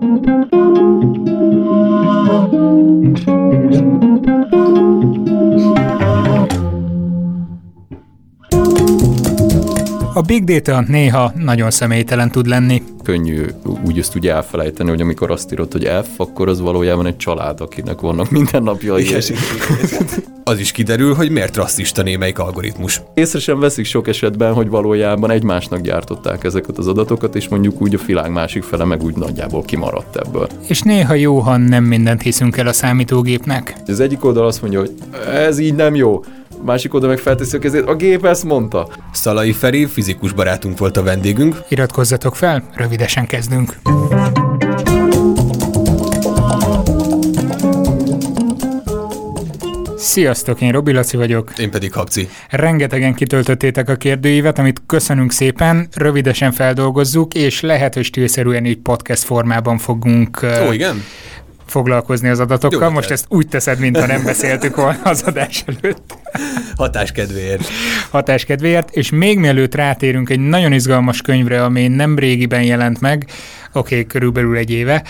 A big data néha nagyon személytelen tud lenni. Könnyű ezt úgy elfelejteni, hogy amikor azt írod, hogy F, akkor az valójában egy család, akinek vannak mindennapjai. Az is kiderül, hogy miért rasszista némelyik algoritmus. Észre sem veszik sok esetben, hogy valójában egymásnak gyártották ezeket az adatokat, és mondjuk úgy a világ másik fele meg úgy nagyjából kimaradt ebből. És néha jó, ha nem mindent hiszünk el a számítógépnek. Az egyik oldal azt mondja, hogy ez így nem jó. Másik oldal meg felteszi a kezét, a gép ezt mondta. Szalai Feri, fizikus barátunk volt a vendégünk. Iratkozzatok fel, rövidesen kezdünk. Sziasztok, én Robi Laci vagyok. Én pedig Habci. Rengetegen kitöltöttétek a kérdőívet, amit köszönünk szépen, rövidesen feldolgozzuk, és lehet, hogy stílszerűen így podcast formában fogunk igen? foglalkozni az adatokkal. Jó, most ezt úgy teszed, mintha nem beszéltük volna az adás előtt. Hatás kedvéért. És még mielőtt rátérünk egy nagyon izgalmas könyvre, ami nem régiben jelent meg, körülbelül egy éve.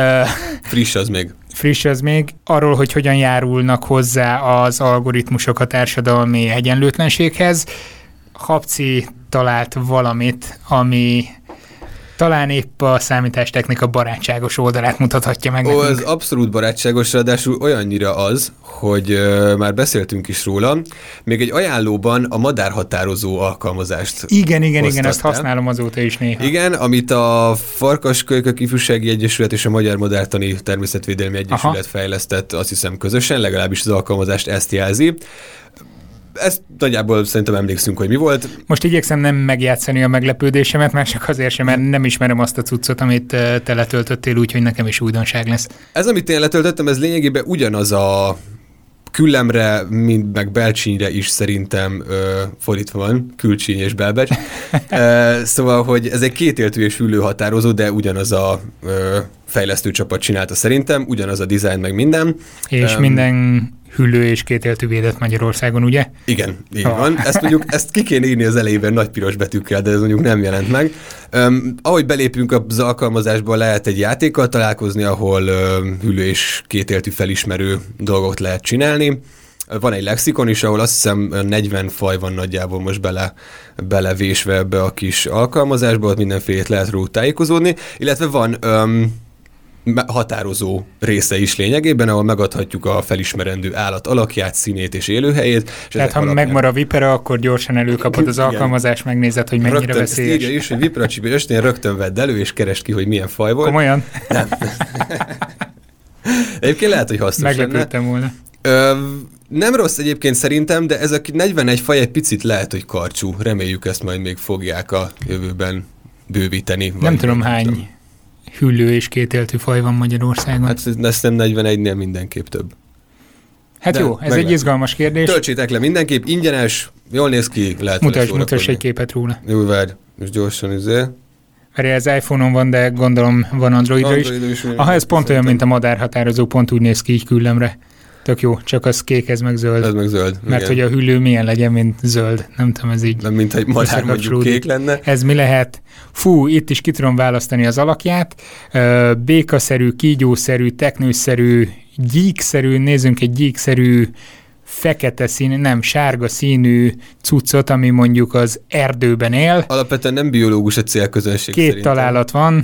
Friss az még. Arról, hogy hogyan járulnak hozzá az algoritmusok a társadalmi egyenlőtlenséghez. Habci talált valamit, ami talán épp a számítástechnika barátságos oldalát mutathatja meg nekünk. Az abszolút barátságos, ráadásul olyannyira az, hogy már beszéltünk is róla, még egy ajánlóban a madárhatározó alkalmazást Igen, ezt használom azóta is néha. Igen, amit a Farkaskölykök Ifjúsági Egyesület és a Magyar Madártani Természetvédelmi Egyesület fejlesztett, azt hiszem közösen, legalábbis az alkalmazást ezt jelzi. Ezt nagyjából szerintem emlékszünk, hogy mi volt. Most igyekszem nem megjátszani a meglepődésemet, már csak azért sem, mert nem ismerem azt a cuccot, amit te letöltöttél, úgyhogy nekem is újdonság lesz. Ez, amit én letöltöttem, ez lényegében ugyanaz a Küllemre, mint meg Belcsinyre is szerintem fordítva van, Külcsíny és Belbecs. Szóval, hogy ez egy kétéltű és hüllőhatározó, de ugyanaz a fejlesztő csapat csinálta szerintem, ugyanaz a design meg minden. És minden hüllő és kétéltű védett Magyarországon, ugye? Igen, így van. Ezt ki kéne írni az elejében nagy piros betűkkel, de ez mondjuk nem jelent meg. Ahogy belépünk az alkalmazásba, lehet egy játékkal találkozni, ahol hüllő és kétéltű felismerő dolgot lehet csinálni. Van egy lexikon is, ahol azt hiszem 40 faj van nagyjából most belevésve ebbe a kis alkalmazásba, ott mindenfélét lehet róla tájékozódni, illetve van határozó része is lényegében, ahol megadhatjuk a felismerendő állat alakját, színét és élőhelyét. És tehát ha megmar a vipera, akkor gyorsan előkapod az alkalmazást, megnézed, hogy mennyire rögtön veszélyes. Ezt írja is, hogy vipera csípő östény, rögtön vedd elő, és keresd ki, hogy milyen faj volt. Komolyan? Nem. Egyébként lehet, hogy hasznos lenne. Meglepődtem volna. Nem rossz egyébként szerintem, de ez a 41 faj egy picit lehet, hogy karcsú. Reméljük, ezt majd még fogják a jövőben bővíteni. Nem tudom hány hüllő és kétéltű faj van Magyarországon. Hát ezt nem 41-nél mindenképp több. Hát de jó, ez egy izgalmas kérdés. Töltsétek le mindenképp, ingyenes, jól néz ki, lehet Mutass egy képet róla. Jó, várj, most gyorsan Ez iPhone-on van, de gondolom van Androidra is. Aha, ez pont olyan, mint a madárhatározó, pont úgy néz ki így küllemre. Tök jó, csak az kék, ez meg zöld. Ez meg zöld. Mert igen. hogy a hüllő milyen legyen, mint zöld. Nem tudom, ez így. Nem, mint egy madár mondjuk kék lenne. Ez mi lehet? Fú, itt is ki tudom választani az alakját. Békaszerű, kígyószerű, teknőszerű, gyíkszerű, nézzünk egy gyíkszerű, fekete színű, nem, sárga színű cuccot, ami mondjuk az erdőben él. Alapvetően nem biológus a célközönség Két szerintem. találat van.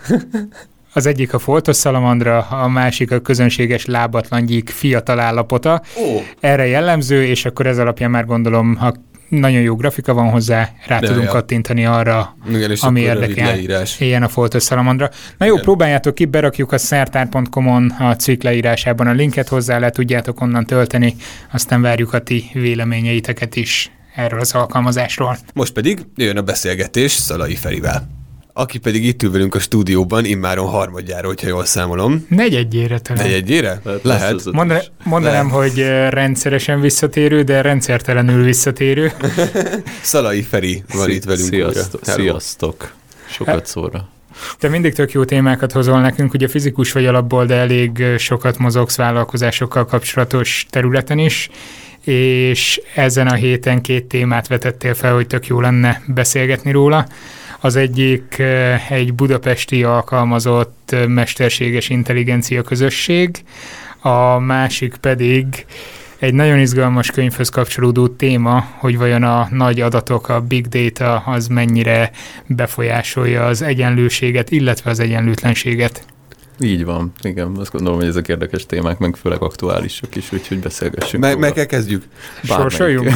Az egyik a foltosszalamandra, a másik a közönséges lábatlangyík fiatal állapota. Erre jellemző, és akkor ez alapján már gondolom, ha nagyon jó grafika van hozzá, rá tudunk kattintani arra, igen, ami érdekel. Ilyen a foltosszalamandra. Na jó, igen. Próbáljátok ki, berakjuk a szertár.com-on a cikk leírásában a linket hozzá, le tudjátok onnan tölteni, aztán várjuk a ti véleményeiteket is erről az alkalmazásról. Most pedig jön a beszélgetés Szalai Ferivel, aki pedig itt ül velünk a stúdióban, immáron harmadjára, hogyha jól számolom. Negyedjére talán. Negyedjére? Lehet. Mondanám, hogy rendszeresen visszatérő, de rendszertelenül visszatérő. Szalai Feri van itt velünk. Sziasztok. Sokat szóra. Te mindig tök jó témákat hozol nekünk, ugye fizikus vagy alapból, de elég sokat mozogsz vállalkozásokkal kapcsolatos területen is, és ezen a héten 2 témát vetettél fel, hogy tök jó lenne beszélgetni róla. Az egyik egy budapesti alkalmazott mesterséges intelligencia közösség, a másik pedig egy nagyon izgalmas könyvhöz kapcsolódó téma, hogy vajon a nagy adatok, a big data az mennyire befolyásolja az egyenlőséget, illetve az egyenlőtlenséget. Így van, igen, azt gondolom, hogy ezek érdekes témák, meg főleg aktuálisak is, úgyhogy beszélgessünk. Meg kell kezdjük. Sorsoljunk?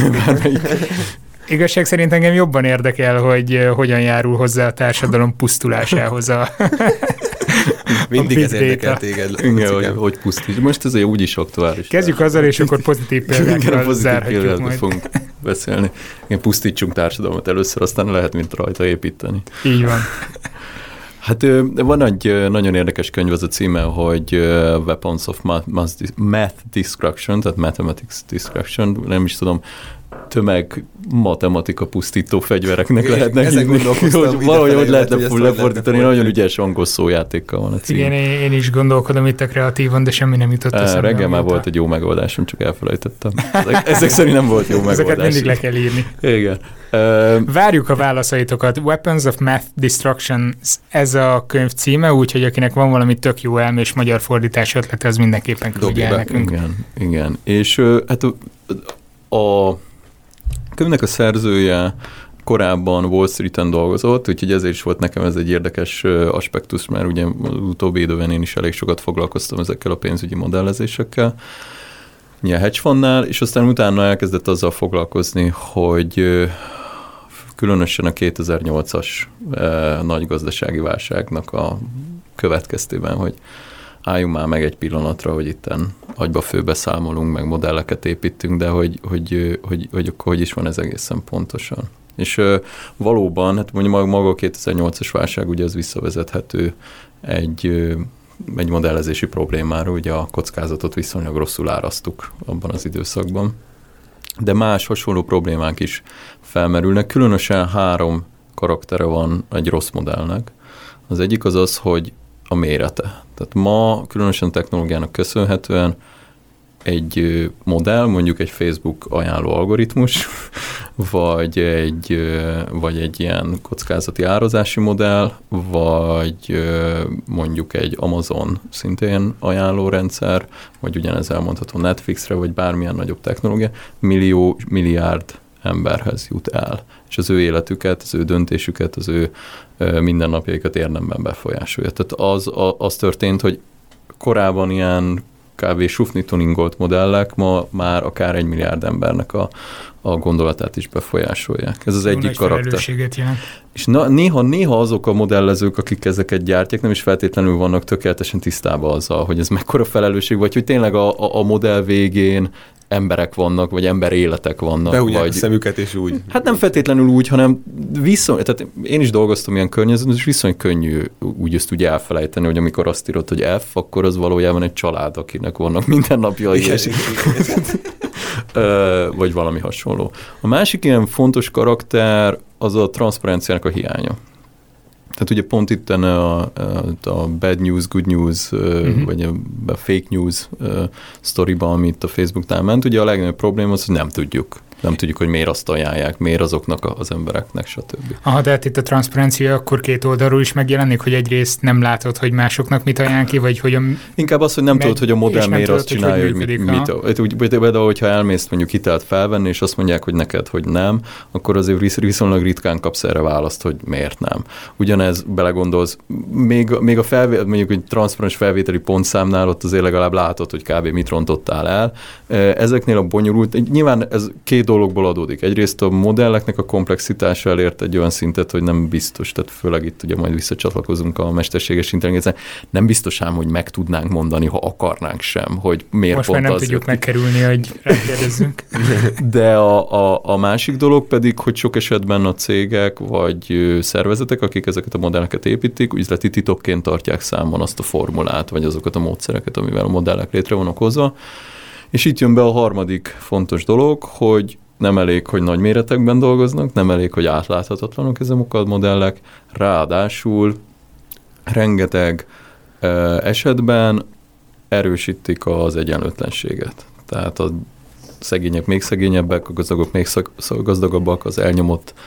Igazság szerint engem jobban érdekel, hogy hogyan járul hozzá a társadalom pusztulásához a Mindig ez érdekel téged. Igen, hogy pusztíts. Most ez úgyis aktuális. Kezdjük azzal, és akkor pozitív példákkal zárhatjuk majd. Fogunk beszélni. Igen, pusztítsunk társadalmat először, aztán lehet mint rajta építeni. Így van. Hát van egy nagyon érdekes könyv, az a címe, hogy Weapons of Math Destruction, tehát Mathematics Destruction, nem is tudom, tömeg matematika pusztító fegyvereknek lehetnek hívni, hogy valahogy lehetne lefordítani, nagyon ügyes angol szójátékkal van a cím. Igen, én is gondolkodom itt a kreatívan, de semmi nem jutott eszembe. Reggel már volt egy jó megoldásom, csak elfelejtettem. Ezek szerint nem volt jó megoldás. Ezeket mindig le kell írni. Igen. Várjuk a válaszaitokat. Weapons of Math Destruction, ez a könyv címe, úgyhogy akinek van valami tök jó elmés magyar fordítás ötlete, az mindenképpen küldje el nekünk. Igen. És hát a könyvnek a szerzője korábban Wall Street-en dolgozott, úgyhogy ezért is volt nekem ez egy érdekes aspektus, mert ugye az utóbbi időben én is elég sokat foglalkoztam ezekkel a pénzügyi modellezésekkel, a hedge fundnál, és aztán utána elkezdett azzal foglalkozni, hogy különösen a 2008-as nagy gazdasági válságnak a következtében, hogy álljunk már meg egy pillanatra, hogy itten agyba főbe számolunk, meg modelleket építünk, de hogy is van ez egészen pontosan. És valóban, hát mondjuk maga a 2008-as válság, ugye az visszavezethető egy modellezési problémára, ugye a kockázatot viszonylag rosszul áraztuk abban az időszakban. De más hasonló problémák is felmerülnek, különösen 3 karaktere van egy rossz modellnek. Az egyik az az, hogy a mérete. Tehát ma különösen technológiának köszönhetően egy modell, mondjuk egy Facebook ajánló algoritmus, vagy egy ilyen kockázati árazási modell, vagy mondjuk egy Amazon szintén ajánlórendszer, vagy ugyanez elmondható Netflixre, vagy bármilyen nagyobb technológia, milliárd emberhez jut el. És az ő életüket, az ő döntésüket, az ő mindennapjaikat érdemben befolyásolja. Tehát az történt, hogy korábban ilyen kb. Sufni tuningolt modellek ma már akár 1 milliárd embernek a gondolatát is befolyásolják. Ez az egyik karakter. És néha azok a modellezők, akik ezeket gyártják, nem is feltétlenül vannak tökéletesen tisztában azzal, hogy ez mekkora felelősség, vagy hogy tényleg a modell végén emberek vannak, vagy emberéletek vannak. Behúgyják a szemüket, és úgy. Hát nem feltétlenül úgy, hanem tehát én is dolgoztam ilyen környezetben, és viszony könnyű úgy elfelejteni, hogy amikor azt írod, hogy F, akkor az valójában egy család, akinek vannak mindennapjai. Vagy valami hasonló. A másik ilyen fontos karakter az a transzparenciának a hiánya. Tehát ugye pont itt a bad news, good news, vagy a fake news sztoriban, amit a Facebooknál ment, ugye a legnagyobb probléma az, hogy nem tudjuk, hogy miért azt ajánlják, miért azoknak az embereknek, stb. Aha, de hát itt a transzparencia akkor 2 oldalról is megjelenik, hogy egyrészt nem látod, hogy másoknak mit ajánl ki, vagy hogy inkább az, hogy nem tudod, hogy a modell miért azt csinálja, hogy mit. Például, hogyha elmész mondjuk hitelt felvenni, és azt mondják, hogy neked, hogy nem, akkor azért viszonylag ritkán kapsz erre választ, hogy miért nem. Ugyanez belegondolsz, még a mondjuk egy transzparens felvételi pontszámnál ott azért legalább látod, hogy kb. Mit rontottál el. Ezeknél a bonyolult, nyilván ez 2 dologból adódik. Egyrészt a modelleknek a komplexitása elért egy olyan szintet, hogy nem biztos, tehát főleg itt ugye majd visszacsatlakozunk a mesterséges intelligencián, nem biztos ám, hogy meg tudnánk mondani, ha akarnánk sem, hogy miért most pont már nem tudjuk megkerülni, hogy rákérdezzünk. De a másik dolog pedig, hogy sok esetben a cégek vagy szervezetek, akik ezeket a modelleket építik, üzleti titokként tartják számon azt a formulát, vagy azokat a módszereket, amivel a modellek létre vannak hozva. És itt jön be a harmadik fontos dolog, hogy nem elég, hogy nagy méretekben dolgoznak, nem elég, hogy átláthatatlanok ezek a modellek, ráadásul rengeteg esetben erősítik az egyenlőtlenséget. Tehát a szegények még szegényebbek, a gazdagok még gazdagabbak, az elnyomott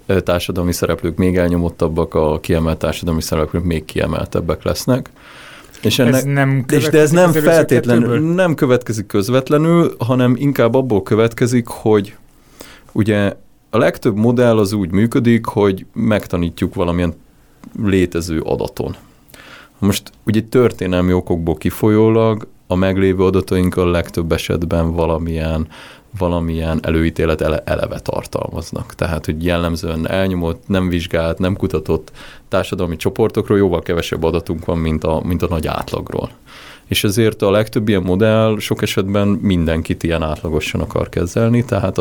társadalmi szereplők még elnyomottabbak, a kiemelt társadalmi szereplők még kiemeltebbek lesznek. És ez nem de ez nem feltétlenül nem következik közvetlenül, hanem inkább abból következik, hogy ugye a legtöbb modell az úgy működik, hogy megtanítjuk valamilyen létező adaton. Most ugye történelmi okokból kifolyólag a meglévő adataink a legtöbb esetben valamilyen előítélet eleve tartalmaznak. Tehát, hogy jellemzően elnyomott, nem vizsgált, nem kutatott társadalmi csoportokról jóval kevesebb adatunk van, mint a nagy átlagról. És ezért a legtöbb ilyen modell sok esetben mindenkit ilyen átlagosan akar kezelni, tehát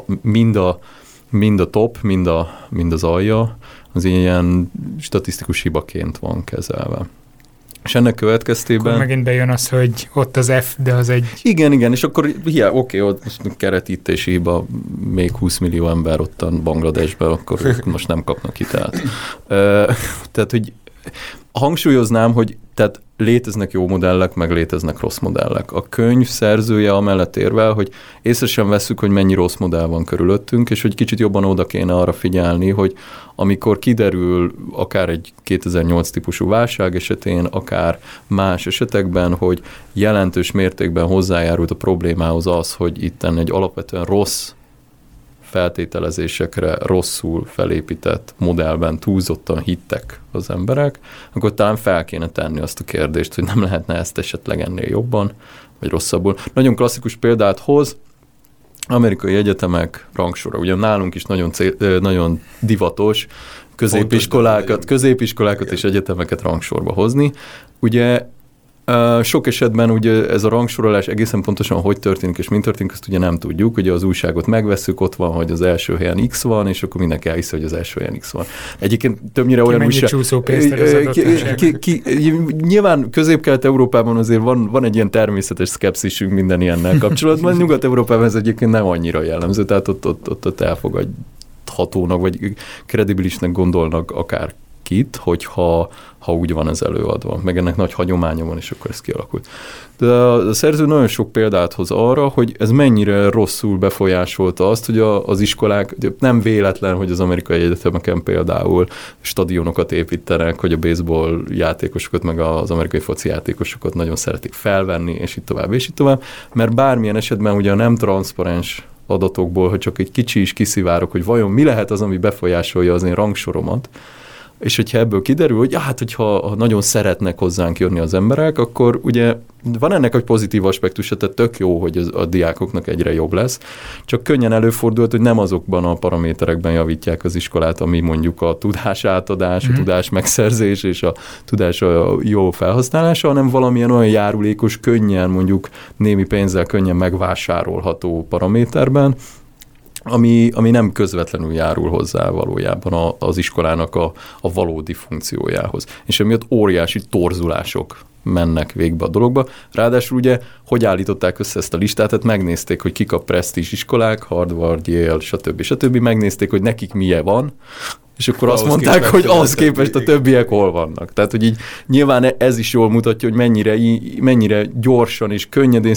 mind a top, mind az alja az ilyen statisztikus hibaként van kezelve. És ennek következtében... Akkor megint bejön az, hogy ott az F, de az egy... Igen, és akkor oké, ott keretítési hiba, még 20 millió ember ottan Bangladesben, akkor most nem kapnak hitelt. Tehát, hogy hangsúlyoznám, hogy tehát léteznek jó modellek, meg léteznek rossz modellek. A könyv szerzője amellett érvel, hogy észre sem vesszük, hogy mennyi rossz modell van körülöttünk, és hogy kicsit jobban oda kéne arra figyelni, hogy amikor kiderül akár egy 2008 típusú válság esetén, akár más esetekben, hogy jelentős mértékben hozzájárult a problémához az, hogy itten egy alapvetően rossz feltételezésekre rosszul felépített modellben túlzottan hittek az emberek, akkor talán fel kéne tenni azt a kérdést, hogy nem lehetne ezt esetleg ennél jobban, vagy rosszabbul. Nagyon klasszikus példát hoz, amerikai egyetemek rangsora. Ugye nálunk is nagyon divatos középiskolákat és egyetemeket rangsorba hozni. Ugye sok esetben ugye ez a rangsorolás egészen pontosan hogy történik és mint történik, azt ugye nem tudjuk. Ugye az újságot megvesszük, ott van, hogy az első helyen X van, és akkor mindenki elhiszi, hogy az első helyen X van. Egyébként többnyire olyan újság... Nyilván Közép-Kelet-Európában azért van egy ilyen természetes szkepszisünk minden ilyennel kapcsolatban. Nyugat-Európában ez egyébként nem annyira jellemző, tehát ott elfogadhatónak, vagy kredibilisnek gondolnak akár kit, hogyha úgy van ez előadva. Meg ennek nagy hagyománya van, és akkor ez kialakult. De a szerző nagyon sok példát hoz arra, hogy ez mennyire rosszul befolyásolta azt, hogy az iskolák, nem véletlen, hogy az amerikai egyetemeken például stadionokat építenek, hogy a baseball játékosokat, meg az amerikai foci játékosokat nagyon szeretik felvenni, és így tovább, mert bármilyen esetben ugye a nem transzparens adatokból, hogy csak egy kicsi is kiszivárok, hogy vajon mi lehet az, ami befolyásolja az én rangsoromat, és hogyha ebből kiderül, hogy hogyha nagyon szeretnek hozzánk jönni az emberek, akkor ugye van ennek egy pozitív aspektusa, tehát tök jó, hogy a diákoknak egyre jobb lesz, csak könnyen előfordult, hogy nem azokban a paraméterekben javítják az iskolát, ami mondjuk a tudás átadás, a tudás megszerzés és a tudás a jó felhasználása, hanem valamilyen olyan járulékos, könnyen mondjuk némi pénzzel könnyen megvásárolható paraméterben, ami nem közvetlenül járul hozzá valójában az iskolának a valódi funkciójához. És emiatt óriási torzulások mennek végbe a dologba. Ráadásul ugye, hogy állították össze ezt a listát, tehát megnézték, hogy kik a presztízs iskolák, Harvard, Yale, stb. Megnézték, hogy nekik milyen van, és akkor azt mondták, hogy ahhoz képest a többiek hol vannak. Tehát, hogy így nyilván ez is jól mutatja, hogy mennyire gyorsan és könnyedén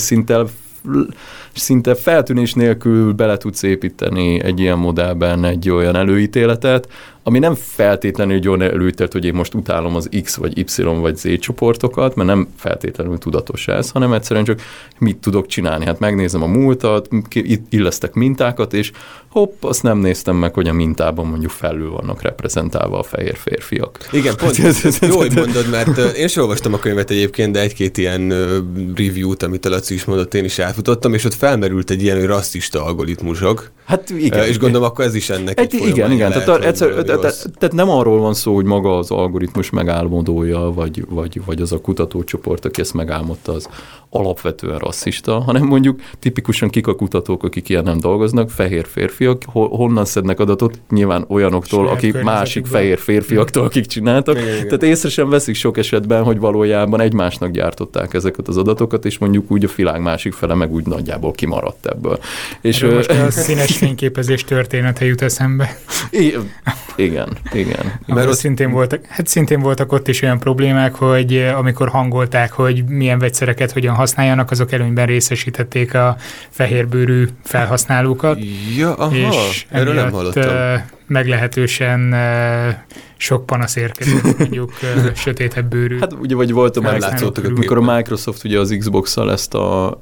szinte feltűnés nélkül bele tudsz építeni egy ilyen modellben egy olyan előítéletet, ami nem feltétlenül egy olyan előítélet, hogy én most utálom az X vagy Y vagy Z csoportokat, mert nem feltétlenül tudatos ez, hanem egyszerűen csak mit tudok csinálni. Hát megnézem a múltat, illesztek mintákat, és hopp, azt nem néztem meg, hogy a mintában mondjuk felül vannak reprezentálva a fehér férfiak. Igen, pont jó, hogy mondod, mert én sem olvastam a könyvet egyébként, de egy-két ilyen review-t, amit a Laci is mondott, én is átfutottam, és ott felmerült egy ilyen, hogy rasszista algoritmusok. Hát igen. És gondolom, akkor ez is ennek egy igen. Tehát nem arról van szó, hogy maga az algoritmus megálmodója, vagy az a kutatócsoport, aki ezt megálmodta, az alapvetően rasszista, hanem mondjuk tipikusan kik a kutatók, akik ilyen nem dolgoznak, fehér férfiak, honnan szednek adatot? Nyilván olyanoktól, akik másik fehér férfiaktól, akik csináltak. Igen. Tehát észre sem veszik sok esetben, hogy valójában egymásnak gyártották ezeket az adatokat, és mondjuk úgy a világ másik fele meg úgy nagyjából kimaradt ebből. És most a színes fényképezés története jut eszembe. Igen. Mert szintén voltak ott is olyan problémák, hogy amikor hangolták, hogy milyen vegyszereket hogyan használjanak, azok előnyben részesítették a fehérbőrű felhasználókat. Ja, aha, és erről nem hallottam. Meglehetősen sok panasz érkezett, mondjuk sötétebb bőrű. Hát ugye, vagy volt amikor a Microsoft ugye az Xbox-szal ezt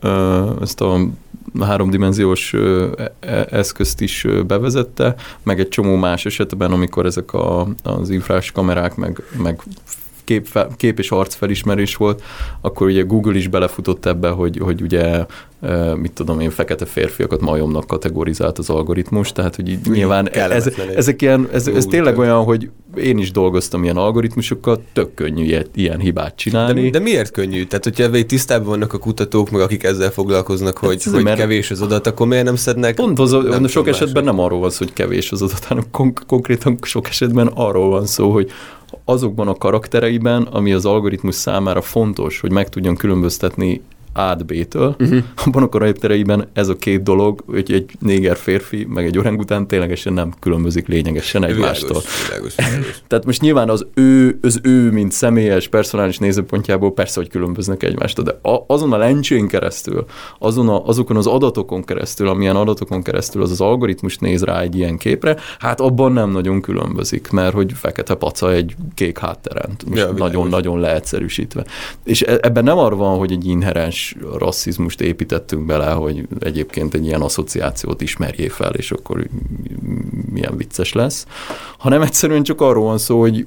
a háromdimenziós eszközt is bevezette, meg egy csomó más esetben, amikor ezek az infrás kamerák, meg kép és arcfelismerés volt, akkor ugye Google is belefutott ebbe, hogy ugye mit tudom én, fekete férfiakat majomnak kategorizált az algoritmus, tehát hogy így nyilván ez tényleg olyan, hogy én is dolgoztam ilyen algoritmusokkal, tök könnyű ilyen hibát csinálni. De miért könnyű? Tehát, hogyha tisztában vannak a kutatók, meg akik ezzel foglalkoznak, hogy kevés az adat, akkor miért nem szednek? Pont sok esetben nem arról van szó, hogy kevés az adat, hanem konkrétan sok esetben arról van szó, hogy azokban a karaktereiben, ami az algoritmus számára fontos, hogy meg tudjon különböztetni A-t B-től, abban a karaktereiben ez a két dolog, hogy egy néger férfi, meg egy orangután ténylegesen nem különbözik lényegesen egymástól. Világos. Tehát most nyilván az ő, mint személyes, personális nézőpontjából persze, hogy különböznek egymástól, de azon a lencsén keresztül, azokon az adatokon keresztül, amilyen adatokon keresztül az algoritmus néz rá egy ilyen képre, hát abban nem nagyon különbözik, mert hogy fekete paca egy kék hátteren, nagyon-nagyon leegyszerűsítve. És ebben nem arra van, hogy egy inherens rasszizmust építettünk bele, hogy egyébként egy ilyen asszociációt ismerjél fel, és akkor milyen vicces lesz, hanem egyszerűen csak arról van szó, hogy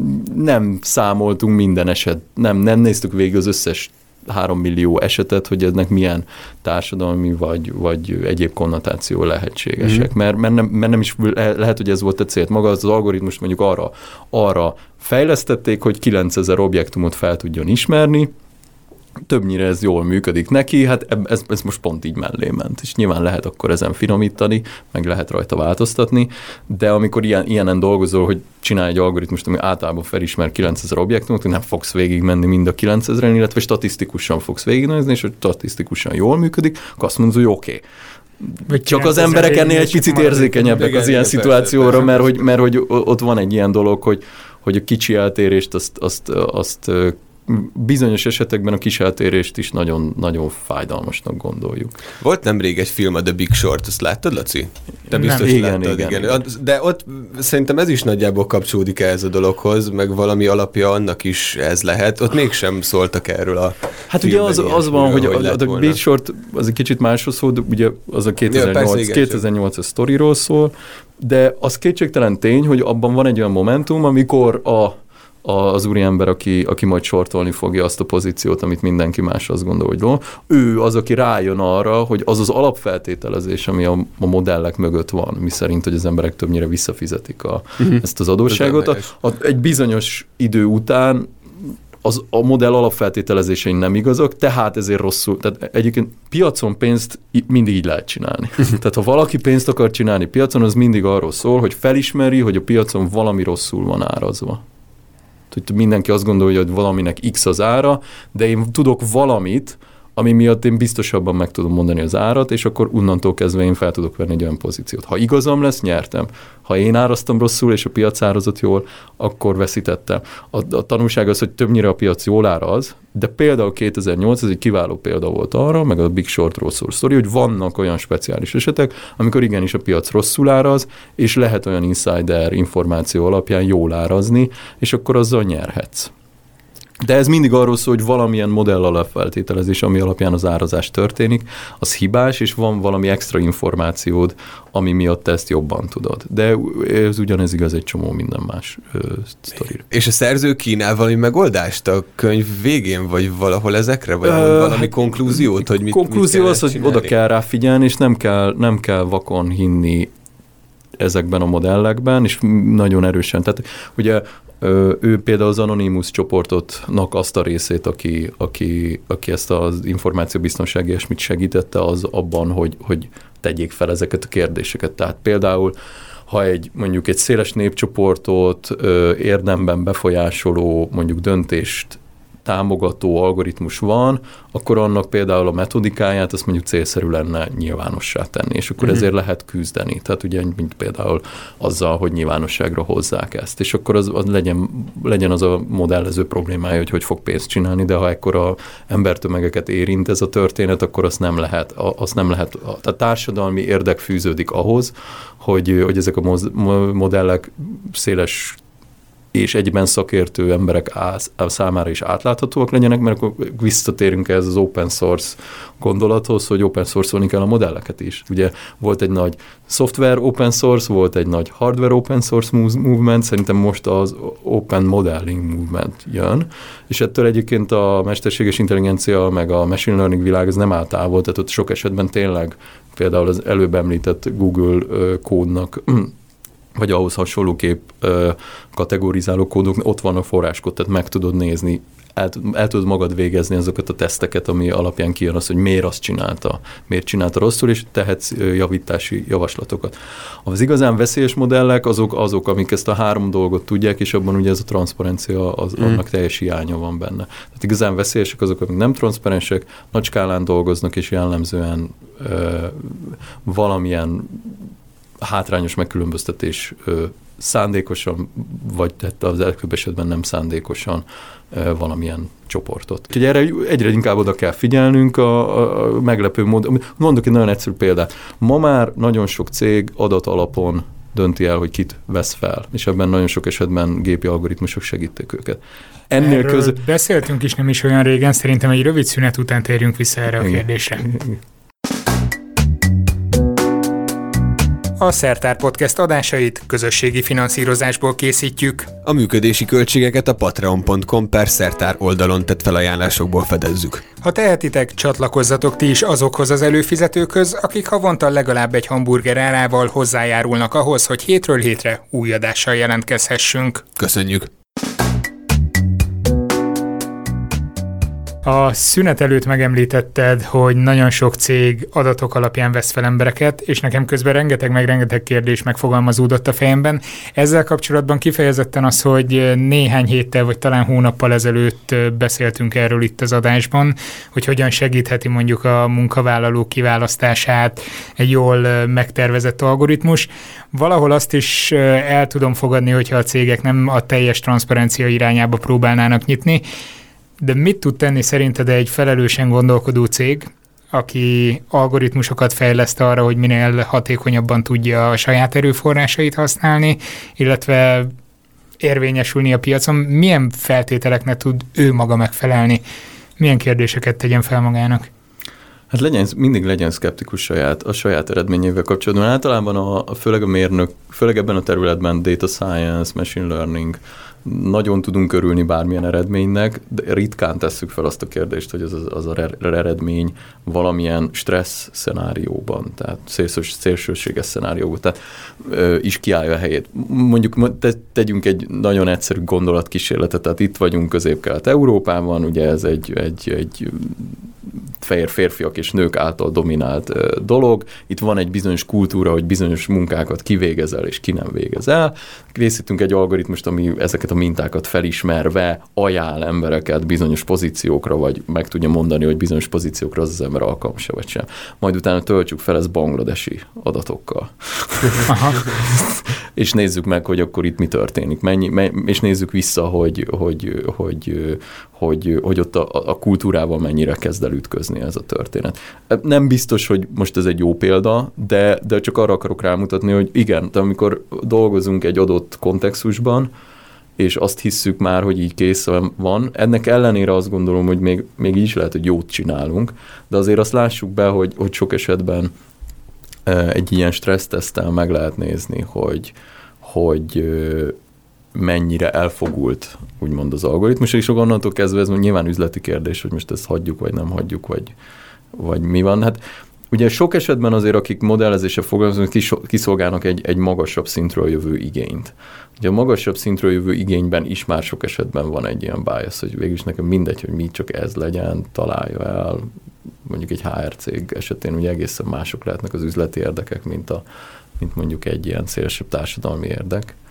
nem számoltunk minden eset, nem néztük végig az összes 3 millió esetet, hogy ennek milyen társadalmi vagy egyéb konnotáció lehetségesek. Mert nem is lehet, hogy ez volt a cél. Maga az algoritmus mondjuk arra fejlesztették, hogy 9000 objektumot fel tudjon ismerni, többnyire ez jól működik neki, hát ez most pont így mellé ment, és nyilván lehet akkor ezen finomítani, meg lehet rajta változtatni, de amikor ilyenen dolgozol, hogy csinálj egy algoritmust, ami általában felismer 9000 objektumot, hogy nem fogsz végigmenni mind a 9000-en, illetve statisztikusan fogsz végignézni, és hogy statisztikusan jól működik, akkor azt mondod, hogy oké. Csak az emberek ennél egy picit érzékenyebbek az ilyen szituációra, mert hogy ott van egy ilyen dolog, hogy a kicsi eltérést azt bizonyos esetekben a kis eltérést is nagyon, nagyon fájdalmasnak gondoljuk. Volt nemrég egy film, a The Big Short, azt láttad, Laci? Te biztos láttad, igen. De ott szerintem ez is nagyjából kapcsolódik ez a dologhoz, meg valami alapja annak is ez lehet. Ott mégsem szóltak erről a hát ugye az van, hogy a The Big Short az egy kicsit máshoz szól, de ugye az a 2008-as sztoriról szól, de az kétségtelen tény, hogy abban van egy olyan momentum, amikor az úriember, aki majd sortolni fogja azt a pozíciót, amit mindenki más azt gondol, hogy jó. Ő az, aki rájön arra, hogy az az alapfeltételezés, ami a modellek mögött van, miszerint, hogy az emberek többnyire visszafizetik ezt az adósságot. Egy bizonyos idő után a modell alapfeltételezései nem igazak, tehát ezért rosszul. Tehát egyébként piacon pénzt mindig így lehet csinálni. Tehát ha valaki pénzt akar csinálni piacon, az mindig arról szól, hogy felismeri, hogy a piacon valami rosszul van árazva. Hogy mindenki azt gondolja, hogy valaminek X az ára, de én tudok valamit, ami miatt én biztosabban meg tudom mondani az árat, és akkor onnantól kezdve én fel tudok venni egy olyan pozíciót. Ha igazam lesz, nyertem. Ha én áraztam rosszul, és a piac árazott jól, akkor veszítettem. A tanulság az, hogy többnyire a piac jól áraz, de például 2008, ez egy kiváló példa volt arra, meg a Big Shortról szól sztori, hogy vannak olyan speciális esetek, amikor igenis a piac rosszul áraz, és lehet olyan insider információ alapján jól árazni, és akkor azzal nyerhetsz. De ez mindig arról szól, hogy valamilyen modell alapfeltételezés, ami alapján az árazás történik, az hibás, és van valami extra információd, ami miatt ezt jobban tudod. De ez ugyanez igaz egy csomó minden más sztorira. És a szerző kínál valami megoldást a könyv végén, vagy valahol ezekre? Vagy valami konklúziót, hogy mit konklúzió az, hogy csinálni? oda kell rá figyelni, és nem kell vakon hinni ezekben a modellekben, és nagyon erősen. Tehát ugye ő például az Anonymous csoportotnak azt a részét, aki ezt az információbiztonsági ilyesmit segítette, az abban, hogy tegyék fel ezeket a kérdéseket. Tehát például, ha mondjuk egy széles népcsoportot érdemben befolyásoló mondjuk döntést támogató algoritmus van, akkor annak például a metodikáját azt mondjuk célszerű lenne nyilvánossá tenni, és akkor ezért lehet küzdeni. Tehát ugye, mint például azzal, hogy nyilvánosságra hozzák ezt, és akkor az legyen az a modellező problémája, hogy fog pénzt csinálni, de ha ekkora embertömegeket érint ez a történet, akkor azt nem lehet. Tehát társadalmi érdek fűződik ahhoz, hogy ezek a modellek széles és egyben szakértő emberek számára is átláthatóak legyenek, mert akkor visszatérünk ez az open source gondolathoz, hogy open source-olni kell a modelleket is. Ugye volt egy nagy software open source, volt egy nagy hardware open source movement, szerintem most az open modeling movement jön, és ettől egyébként a mesterséges intelligencia meg a machine learning világ az nem áll távol, tehát ott sok esetben tényleg például az előbb említett Google kódnak vagy ahhoz hasonlóképp kategorizáló kódok, ott van a forráskód, tehát meg tudod nézni, el tudod magad végezni azokat a teszteket, ami alapján kijön az, hogy miért csinálta rosszul, és tehetsz javítási javaslatokat. Az igazán veszélyes modellek azok, amik ezt a 3 dolgot tudják, és abban ugye ez a transzparencia, annak teljes hiánya van benne. Tehát igazán veszélyesek azok, amik nem transzparensek, nagy skálán dolgoznak, és jellemzően valamilyen hátrányos megkülönböztetés szándékosan, vagy az legtöbb esetben nem szándékosan valamilyen csoportot. Úgyhogy erre egyre inkább oda kell figyelnünk a meglepő módon. Mondok egy nagyon egyszerű példát. Ma már nagyon sok cég adat alapon dönti el, hogy kit vesz fel, és ebben nagyon sok esetben gépi algoritmusok segítik őket. Erről beszéltünk is nem is olyan régen, szerintem egy rövid szünet után térjünk vissza erre a kérdésre. A Szertár Podcast adásait közösségi finanszírozásból készítjük. A működési költségeket a patreon.com/szertár oldalon tett felajánlásokból fedezzük. Ha tehetitek, csatlakozzatok ti is azokhoz az előfizetőkhöz, akik havonta legalább egy hamburger árával hozzájárulnak ahhoz, hogy hétről hétre új adással jelentkezhessünk. Köszönjük! A szünet előtt megemlítetted, hogy nagyon sok cég adatok alapján vesz fel embereket, és nekem közben rengeteg kérdés megfogalmazódott a fejemben. Ezzel kapcsolatban kifejezetten az, hogy néhány héttel vagy talán hónappal ezelőtt beszéltünk erről itt az adásban, hogy hogyan segítheti mondjuk a munkavállalók kiválasztását egy jól megtervezett algoritmus. Valahol azt is el tudom fogadni, hogyha a cégek nem a teljes transzparencia irányába próbálnának nyitni. De mit tud tenni szerinted egy felelősen gondolkodó cég, aki algoritmusokat fejleszt arra, hogy minél hatékonyabban tudja a saját erőforrásait használni, illetve érvényesülni a piacon? Milyen feltételeknek tud ő maga megfelelni? Milyen kérdéseket tegyen fel magának? Hát mindig legyen szkeptikus a saját eredményével kapcsolatban. Általában főleg a mérnök, főleg ebben a területben data science, machine learning, nagyon tudunk örülni bármilyen eredménynek, de ritkán tesszük fel azt a kérdést, hogy az eredmény valamilyen stressz szenárióban, tehát szélsőséges szenárióban, tehát is kiállja a helyét. Mondjuk tegyünk egy nagyon egyszerű gondolatkísérletet, tehát itt vagyunk Közép-Kelet-Európában, ugye ez egy fehér férfiak és nők által dominált dolog. Itt van egy bizonyos kultúra, hogy bizonyos munkákat kivégezel és ki nem végezel. Készítünk egy algoritmust, ami ezeket a mintákat felismerve ajánl embereket bizonyos pozíciókra, vagy meg tudja mondani, hogy bizonyos pozíciókra az ember alkalmas-e vagy sem. Majd utána töltjük fel ezt bangladesi adatokkal. És nézzük meg, hogy akkor itt mi történik. És nézzük vissza, hogy ott a kultúrával mennyire kezd el ütközni ez a történet. Nem biztos, hogy most ez egy jó példa, de csak arra akarok rámutatni, hogy igen, amikor dolgozunk egy adott kontextusban, és azt hisszük már, hogy így kész van, ennek ellenére azt gondolom, hogy még így is lehet, hogy jót csinálunk, de azért azt lássuk be, hogy sok esetben egy ilyen stresszteszttel meg lehet nézni, hogy mennyire elfogult, úgymond az algoritmus, és onnantól kezdve ez nyilván üzleti kérdés, hogy most ezt hagyjuk, vagy nem hagyjuk, vagy mi van. Hát ugye sok esetben azért, akik modellezéssel foglalkoznak, kiszolgálnak egy magasabb szintről jövő igényt. Ugye a magasabb szintről jövő igényben is már sok esetben van egy ilyen bias, hogy végülis nekem mindegy, hogy mi csak ez legyen, találja el, mondjuk egy HR cég esetén ugye egészen mások lehetnek az üzleti érdekek, mint mondjuk egy ilyen szélesebb társadalmi érdek.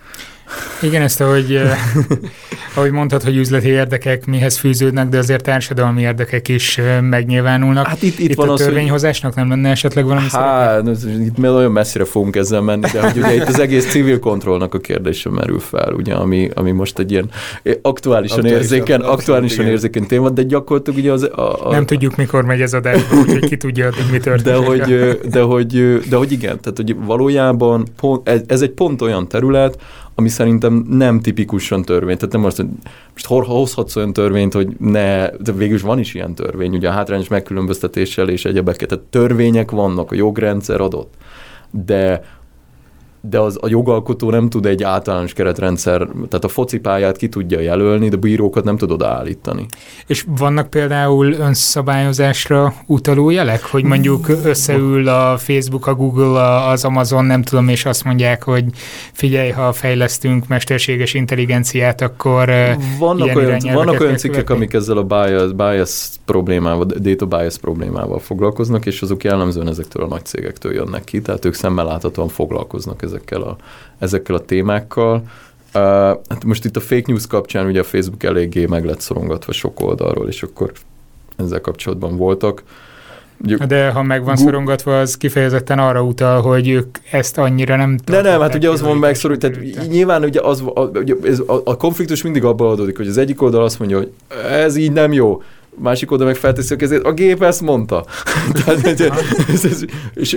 Igen, ezt ahogy mondtad, hogy üzleti érdekek mihez fűződnek, de azért társadalmi érdekek is megnyilvánulnak. Hát itt van a az, törvényhozásnak nem lenne esetleg valami itt nagyon messzire fogunk ezzel menni, de hogy ugye itt az egész civil kontrollnak a kérdése merül fel, ugye, ami most egy ilyen aktuálisan érzékeny téma, de gyakorlatilag ugye nem tudjuk, mikor megy ez adásba, úgyhogy ki tudja, hogy mi történik. De hogy igen, tehát hogy valójában ez egy pont olyan terület, ami szerintem nem tipikusan törvény. Tehát nem azt, hogy most hozhatsz olyan törvényt, hogy de végülis van is ilyen törvény, ugye a hátrányos megkülönböztetéssel és egyebeket. Tehát törvények vannak, a jogrendszer adott. De a jogalkotó nem tud egy általános keretrendszer, tehát a focipályát ki tudja jelölni, de bírókat nem tud odaállítani. És vannak például önszabályozásra utaló jelek, hogy mondjuk összeül a Facebook, a Google, az Amazon, nem tudom, és azt mondják, hogy figyelj, ha fejlesztünk mesterséges intelligenciát, akkor vannak olyan cikkek, amik ezzel a bias problémával, data bias problémával foglalkoznak, és azok jellemzően ezektől a nagy cégektől jönnek ki, tehát ők szemmel láthatóan foglalkoznak ezekkel a témákkal. Hát most itt a fake news kapcsán ugye a Facebook eléggé meg lett szorongatva sok oldalról, és akkor ezzel kapcsolatban voltak. De ha meg van szorongatva, az kifejezetten arra utal, hogy ők ezt annyira nem... Nem, hát ugye az van megszorult, tehát nyilván ugye a konfliktus mindig abban adódik, hogy az egyik oldal azt mondja, hogy ez így nem jó, másik oldal meg felteszi a kezét, a gép ezt mondta. És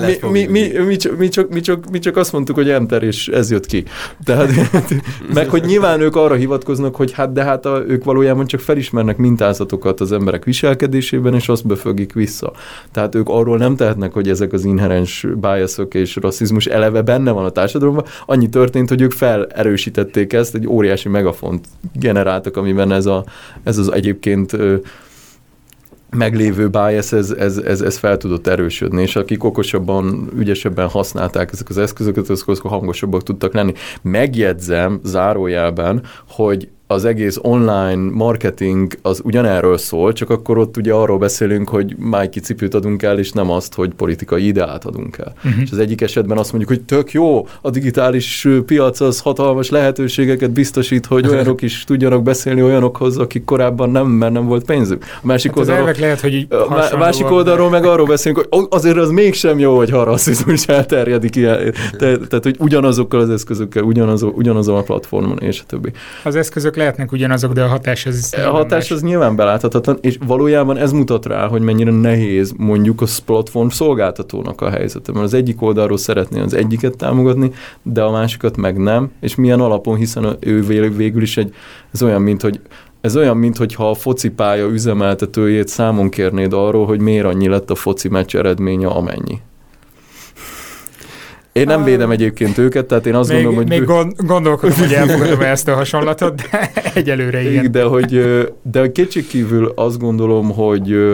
mi csak azt mondtuk, hogy enter, és ez jött ki. Tehát, meg hogy nyilván ők arra hivatkoznak, hogy ők valójában csak felismernek mintázatokat az emberek viselkedésében, és azt befögik vissza. Tehát ők arról nem tehetnek, hogy ezek az inherens biasok és rasszizmus eleve benne van a társadalomban. Annyi történt, hogy ők felerősítették ezt, egy óriási megafont generáltak, amiben ez az egyébként meglévő bias, ez fel tudott erősödni, és akik okosabban, ügyesebben használták ezek az eszközöket, azok hangosabbak tudtak lenni. Megjegyzem zárójelben, hogy az egész online marketing az ugyanerről szól, csak akkor ott ugye arról beszélünk, hogy Nike cipőt adunk el, és nem azt, hogy politikai ideát adunk el. És az egyik esetben azt mondjuk, hogy tök jó, a digitális piac az hatalmas lehetőségeket biztosít, hogy olyanok is tudjanak beszélni olyanokhoz, akik korábban nem, mert nem volt pénzük. A másik oldalról meg arról beszélünk, hogy azért az mégsem jó, hogy ha rasszizmus elterjedik ilyen. Tehát, hogy ugyanazokkal az eszközökkel, ugyanazon a platformon, és a többi. Az eszközök lehetnek ugyanazok, de a hatás az nyilván beláthatatlan, és valójában ez mutat rá, hogy mennyire nehéz mondjuk a platform szolgáltatónak a helyzete, mert az egyik oldalról szeretné az egyiket támogatni, de a másikat meg nem, és milyen alapon, hiszen ő végül is ez olyan, mint hogyha a focipálya üzemeltetőjét számon kérnéd arról, hogy miért annyi lett a foci meccs eredménye, amennyi. Én nem védem egyébként őket, tehát én azt gondolom, hogy... Még gondolkodom, hogy elfogadom ezt a hasonlatot, de egyelőre igen. De kétségkívül azt gondolom, hogy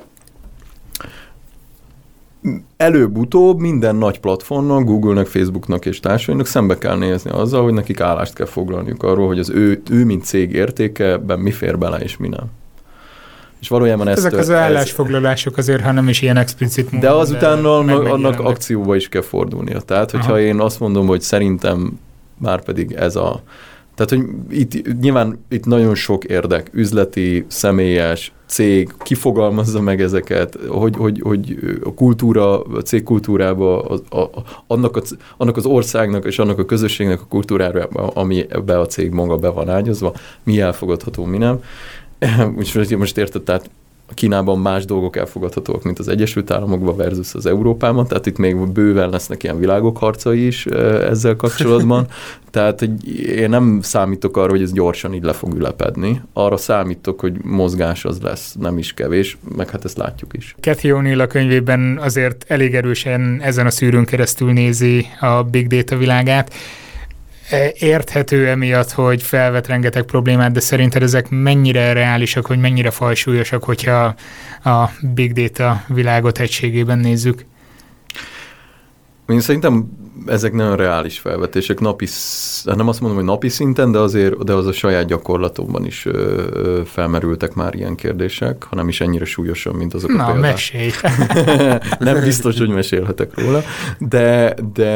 előbb-utóbb minden nagy platformnak, Google-nek, Facebook-nak és társainak szembe kell nézni azzal, hogy nekik állást kell foglalniuk arról, hogy az ő mint cég értékeben mi fér bele és mi nem. És valójában ezek az állásfoglalások azért, ha nem is ilyen explicit módon. De azután annak akcióba is kell fordulnia. Tehát, hogyha én azt mondom, hogy szerintem már pedig ez a... Tehát, hogy itt nagyon sok érdek, üzleti, személyes, cég kifogalmazza meg ezeket, hogy a kultúra, a cég kultúrába, annak az országnak és annak a közösségnek a kultúrába, ami ebbe a cég maga be van ágyazva, mi elfogadható, mi nem. Úgyhogy most érted, tehát Kínában más dolgok elfogadhatóak, mint az Egyesült Államokban versus az Európában, tehát itt még bőven lesznek ilyen világok harcai is ezzel kapcsolatban. Tehát én nem számítok arra, hogy ez gyorsan így le fog ülepedni. Arra számítok, hogy mozgás az lesz, nem is kevés, meg hát ezt látjuk is. Cathy O'Neil a könyvében azért elég erősen ezen a szűrőn keresztül nézi a big data világát. Érthető emiatt, hogy felvet rengeteg problémát, de szerinted ezek mennyire reálisak, hogy mennyire fajsúlyosak, hogyha a big data világot egységében nézzük? Én szerintem ezek nagyon reális felvetések, nem azt mondom, hogy napi szinten, de az a saját gyakorlatomban is felmerültek már ilyen kérdések, hanem is ennyire súlyosan, mint azok a példák. Na, mesélj! Nem biztos, hogy mesélhetek róla, de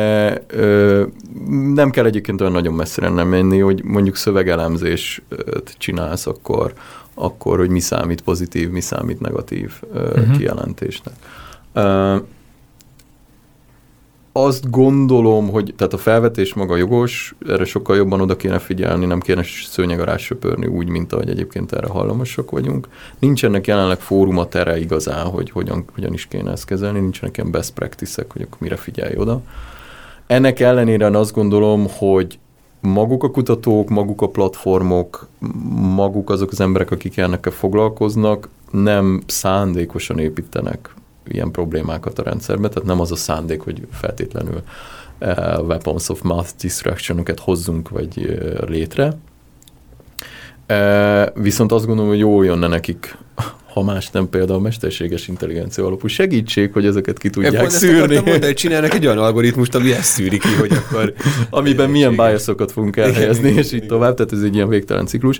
nem kell egyébként olyan nagyon messzire nem menni, hogy mondjuk szövegelemzést csinálsz, akkor hogy mi számít pozitív, mi számít negatív kijelentésnek. Azt gondolom, hogy tehát a felvetés maga jogos, erre sokkal jobban oda kéne figyelni, nem kéne szőnyeg alá söpörni úgy, mint ahogy egyébként erre hallamosak vagyunk. Nincsenek jelenleg fóruma tere igazán, hogy hogyan is kéne ezt kezelni, nincsenek ilyen best practice-ek, hogy akkor mire figyelj oda. Ennek ellenére azt gondolom, hogy maguk a kutatók, maguk a platformok, maguk azok az emberek, akik ennek foglalkoznak, nem szándékosan építenek ilyen problémákat a rendszerbe, tehát nem az a szándék, hogy feltétlenül weapons of mass destruction-okat hozzunk vagy létre. Viszont azt gondolom, hogy jól jönne nekik, ha más nem például a mesterséges intelligencia alapú segítség, hogy ezeket ki tudják szűrni. Mondani, hogy csinálnak egy olyan algoritmust, ami ezt szűri ki, hogy akkor... Amiben milyen biasokat fogunk elhelyezni, és így tovább, tehát ez egy ilyen végtelen ciklus.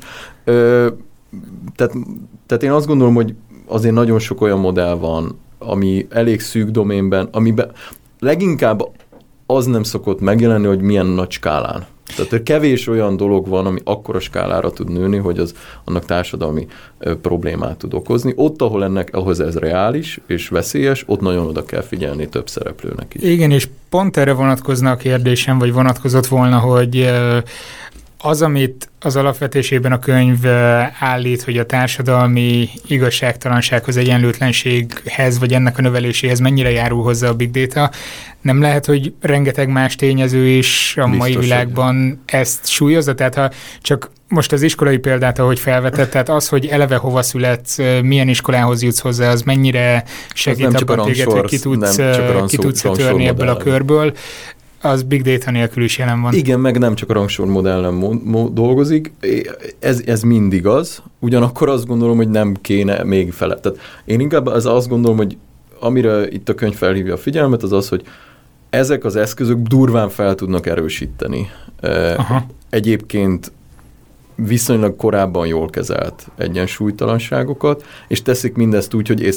Tehát én azt gondolom, hogy azért nagyon sok olyan modell van, ami elég szűk doménben, amiben leginkább az nem szokott megjelenni, hogy milyen nagy skálán. Tehát kevés olyan dolog van, ami akkora skálára tud nőni, hogy az annak társadalmi problémát tud okozni. Ott, ahhoz ez reális és veszélyes, ott nagyon oda kell figyelni több szereplőnek is. Igen, és pont erre vonatkozna a kérdésem, vagy vonatkozott volna, hogy az, amit az alapvetésében a könyv állít, hogy a társadalmi igazságtalansághoz, egyenlőtlenséghez, vagy ennek a növeléséhez mennyire járul hozzá a big data, nem lehet, hogy rengeteg más tényező is a mai világban ezt súlyozza? Tehát ha csak most az iskolai példát, ahogy felvetett, tehát az, hogy eleve hova születsz, milyen iskolához jutsz hozzá, az mennyire segít abban téged, hogy ki tudsz törni ebből a körből, az big data nélkül is jelen van. Igen, meg nem csak a rangsormodellen dolgozik, ez mindig az, ugyanakkor azt gondolom, hogy nem kéne még fele. Tehát én inkább azt gondolom, hogy amire itt a könyv felhívja a figyelmet, az az, hogy ezek az eszközök durván fel tudnak erősíteni. Egyébként viszonylag korábban jól kezelt egyensúlytalanságokat, és teszik mindezt úgy, hogy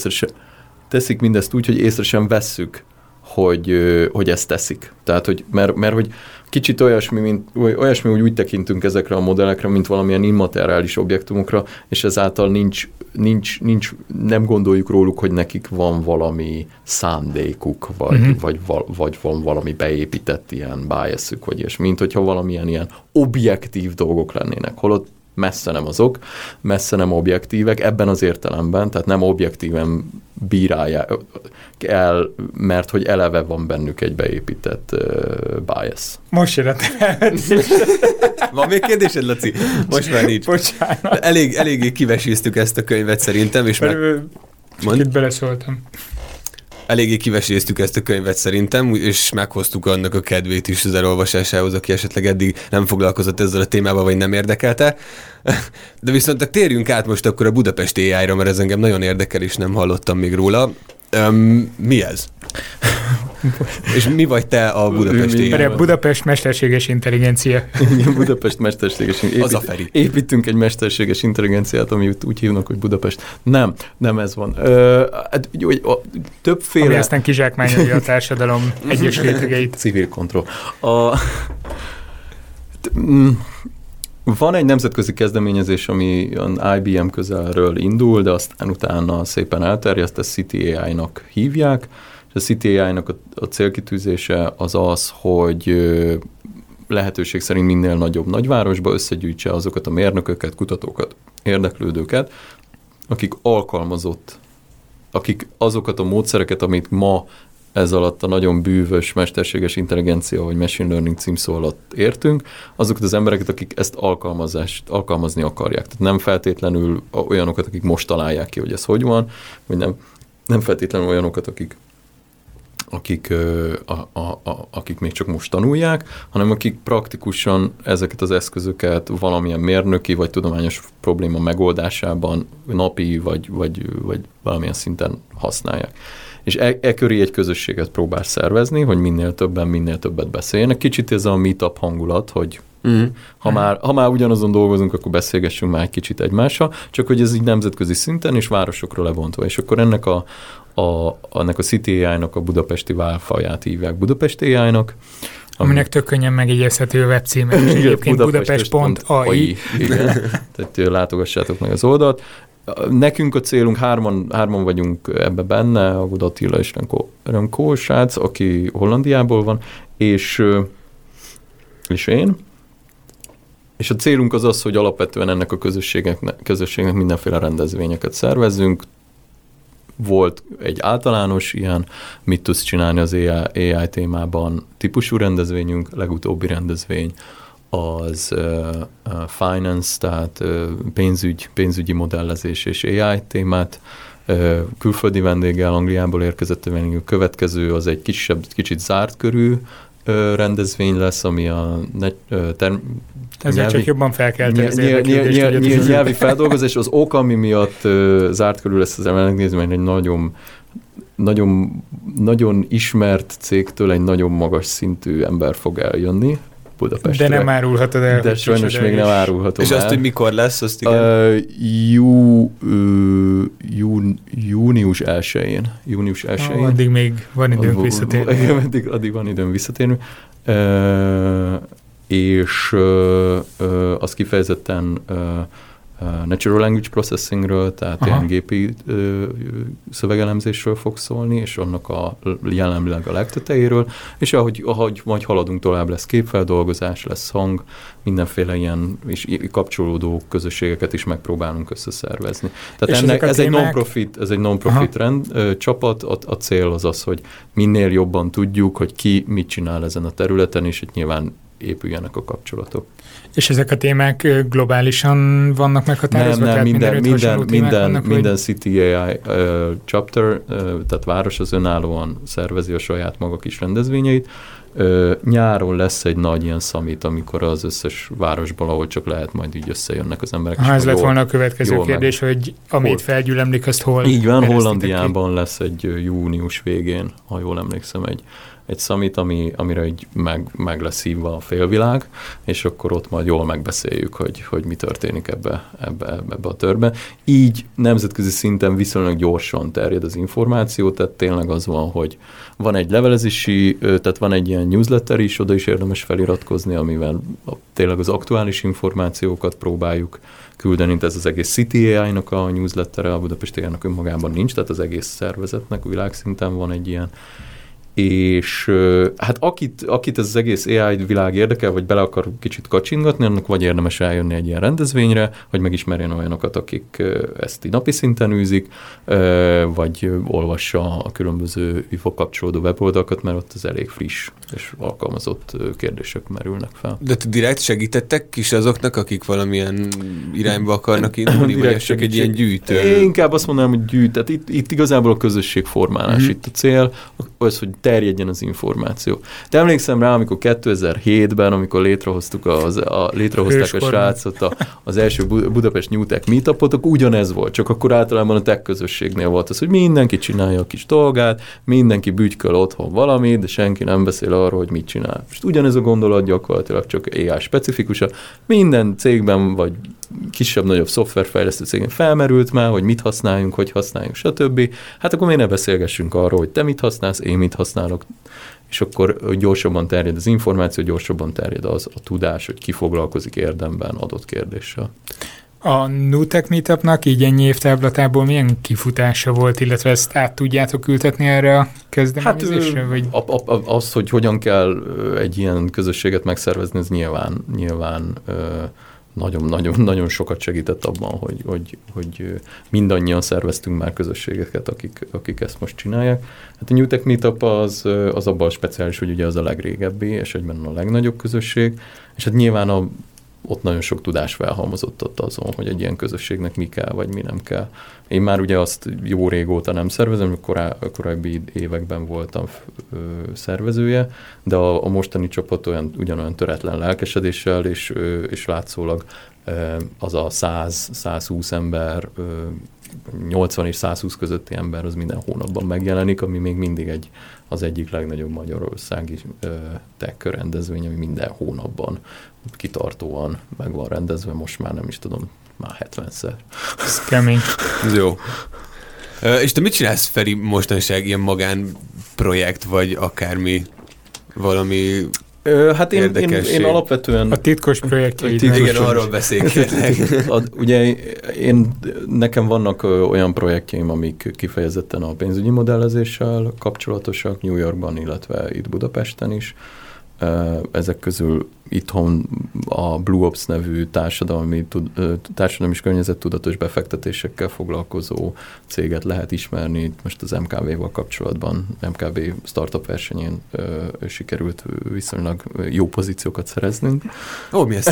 észre sem vesszük, hogy ezt teszik. Tehát, hogy, mert hogy kicsit olyasmi, hogy úgy tekintünk ezekre a modellekre, mint valamilyen immateriális objektumokra, és ezáltal nem gondoljuk róluk, hogy nekik van valami szándékuk, vagy van valami beépített ilyen biasük, vagy ilyesmi, mint hogyha valamilyen ilyen objektív dolgok lennének. Holott messze nem azok, messze nem objektívek, ebben az értelemben, tehát nem objektíven bírálják el, mert hogy eleve van bennük egy beépített bias. Most jön a felvetés. Van még kérdésed, Laci? Most már nincs. Bocsánat. Eléggé kiveséztük ezt a könyvet szerintem, és itt beleszóltam. Eléggé kiveséztük ezt a könyvet szerintem, és meghoztuk annak a kedvét is az elolvasásához, aki esetleg eddig nem foglalkozott ezzel a témával, vagy nem érdekelte. De viszont térjünk át most akkor a Budapest AI-ra, mert ez engem nagyon érdekel, és nem hallottam még róla. Mi ez? És mi vagy te a Budapest AI-ra? Budapest mesterséges intelligencia. Budapest mesterséges intelligencia. Az a Feri. Építünk egy mesterséges intelligenciát, ami úgy hívnak, hogy Budapest. Nem ez van. Többféle... Ami aztán kizsákmányolja a társadalom egyes rétegeit. Civil control. Van egy nemzetközi kezdeményezés, ami az IBM közelről indul, de aztán utána szépen elterjedt, ezt City AI-nak hívják, és a City AI-nak a célkitűzése az az, hogy lehetőség szerint minél nagyobb nagyvárosba összegyűjtse azokat a mérnököket, kutatókat, érdeklődőket, akik akik azokat a módszereket, amit ma ez alatt a nagyon bűvös mesterséges intelligencia vagy machine learning címszó alatt értünk, azokat az embereket, akik ezt alkalmazni akarják. Tehát nem feltétlenül olyanokat, akik most találják ki, hogy ez hogy van, vagy nem feltétlenül olyanokat, akik még csak most tanulják, hanem akik praktikusan ezeket az eszközöket valamilyen mérnöki vagy tudományos probléma megoldásában napi vagy valamilyen szinten használják. És köré egy közösséget próbál szervezni, hogy minél többet beszéljenek. Kicsit ez a meetup hangulat, hogy ha már ugyanazon dolgozunk, akkor beszélgessünk már egy kicsit egymással, csak hogy ez így nemzetközi szinten és városokra lebontva. És akkor ennek a City AI-nak a budapesti válfaját hívják Budapest AI-nak. Aminek tök könnyen megjegyezhető a webcíme, és egyébként budapest.ai. Igen, tehát látogassátok meg az oldalt. Nekünk a célunk, hárman vagyunk ebbe benne, a Attila és Remco srác, aki Hollandiából van, és én. És a célunk az, hogy alapvetően ennek a közösségnek mindenféle rendezvényeket szervezzünk. Volt egy általános ilyen, mit tudsz csinálni az AI témában típusú rendezvényünk, legutóbbi rendezvény az finance, tehát pénzügyi modellezés és AI témát, külföldi vendéggel, Angliából érkezett a vendégünk. Következő az egy kicsit zárt körű rendezvény lesz, ami a ezzel csak jobban felkelti az érdeklődést. Nyelvi feldolgozás, az ok, ami miatt zárt körül lesz az megnézmény, egy nagyon ismert cégtől egy nagyon magas szintű ember fog eljönni Budapestre. De nem árulhatod el. De sajnos még nem árulhatom el. És azt, hogy mikor lesz, azt igen? Június 1-én. Addig még van időnk visszatérni. Addig van időm visszatérni. És az kifejezetten Natural Language Processingről, tehát ilyen gépi szövegelemzésről fog szólni, és annak jelenleg a legtetejéről, és ahogy majd haladunk tovább, lesz képfeldolgozás, lesz hang, mindenféle ilyen és kapcsolódó közösségeket is megpróbálunk összeszervezni. Tehát ez egy non-profit csapat, a cél az, hogy minél jobban tudjuk, hogy ki mit csinál ezen a területen, és itt nyilván épüljenek a kapcsolatok. És ezek a témák globálisan vannak meghatározva? Nem, minden City AI chapter, tehát város az önállóan szervezi a saját maga kis rendezvényeit. Nyáron lesz egy nagy ilyen summit, amikor az összes városból, ahol csak lehet, majd így összejönnek az emberek. Ez lett volna a következő kérdés, hogy amit felgyűlemlik, azt hol? Így van, Hollandiában lesz egy június végén, ha jól emlékszem, egy summit, amire így meg lesz hívva a félvilág, és akkor ott majd jól megbeszéljük, hogy mi történik ebbe a törbe. Így nemzetközi szinten viszonylag gyorsan terjed az információ, tehát tényleg az van, hogy van egy levelezési, tehát van egy ilyen newsletter is, oda is érdemes feliratkozni, amivel tényleg az aktuális információkat próbáljuk küldeni, ez az egész City AI-nak a newslettere, a Budapest AI-nak önmagában nincs, tehát az egész szervezetnek világszinten van egy ilyen. És hát akit ez az egész AI világ érdekel, vagy bele akar kicsit kacsingatni, annak vagy érdemes eljönni egy ilyen rendezvényre, vagy megismerjen olyanokat, akik ezt így napi szinten űzik, vagy olvassa a különböző UFO kapcsolódó weboldalakat, mert ott az elég friss és alkalmazott kérdések merülnek fel. De direkt segítettek is azoknak, akik valamilyen irányba akarnak indulni, vagy ez csak egy ilyen gyűjtő? Én inkább azt mondanám, hogy gyűjt. Itt igazából a közösségformálás itt a cél, az, hogy terjedjen az információ. De emlékszem rá, amikor 2007-ben, amikor létrehozták a srácot az első Budapest New Tech Meetupot, akkor ugyanez volt, csak akkor általában a tech közösségnél volt az, hogy mindenki csinálja a kis dolgát, mindenki bütyköl otthon valamit, de senki nem beszél arról, hogy mit csinál. Most ugyanez a gondolat gyakorlatilag csak AI specifikusan. Minden cégben, vagy kisebb-nagyobb szoftverfejlesztő cégén felmerült már, hogy mit használjunk, hogy használjunk, stb. Hát akkor miért ne beszélgessünk arról, hogy te mit használsz, én mit használok, és akkor gyorsabban terjed az információ, gyorsabban terjed a tudás, hogy ki foglalkozik érdemben adott kérdéssel. A New Tech Meetupnak így ennyi évtávlatából milyen kifutása volt, illetve ezt át tudjátok ültetni erre a kezdeményezésre? Hát, az, hogy hogyan kell egy ilyen közösséget megszervezni, ez nyilván nagyon sokat segített abban, hogy mindannyian szerveztünk már közösségeket, akik ezt most csinálják. Hát a New Tech Meetup az abban speciális, hogy ugye az a legrégebbi, és egyben a legnagyobb közösség, és hát nyilván ott nagyon sok tudás felhalmozott ott azon, hogy egy ilyen közösségnek mi kell, vagy mi nem kell. Én már ugye azt jó régóta nem szervezem, korábbi években voltam szervezője, de a mostani csapat ugyanolyan töretlen lelkesedéssel, és látszólag az a 100-120 ember, 80 és 120 közötti ember az minden hónapban megjelenik, ami még mindig az egyik legnagyobb magyarországi tech rendezvény, ami minden hónapban kitartóan meg van rendezve, most már nem is tudom, már 70-szer. Ez kemény. Ez jó. És te mit csinálsz, Feri, mostanság ilyen magánprojekt, vagy akármi, valami hát én alapvetően... A titkos projektjeid. Igen, arról beszélek. Ugye nekem vannak olyan projektjeim, amik kifejezetten a pénzügyi modellezéssel kapcsolatosak, New Yorkban, illetve itt Budapesten is. Ezek közül itthon a Blue Ops nevű társadalmi és környezettudatos befektetésekkel foglalkozó céget lehet ismerni. Most az MKB-val kapcsolatban, MKB startup versenyén sikerült viszonylag jó pozíciókat szereznünk. Mi ez?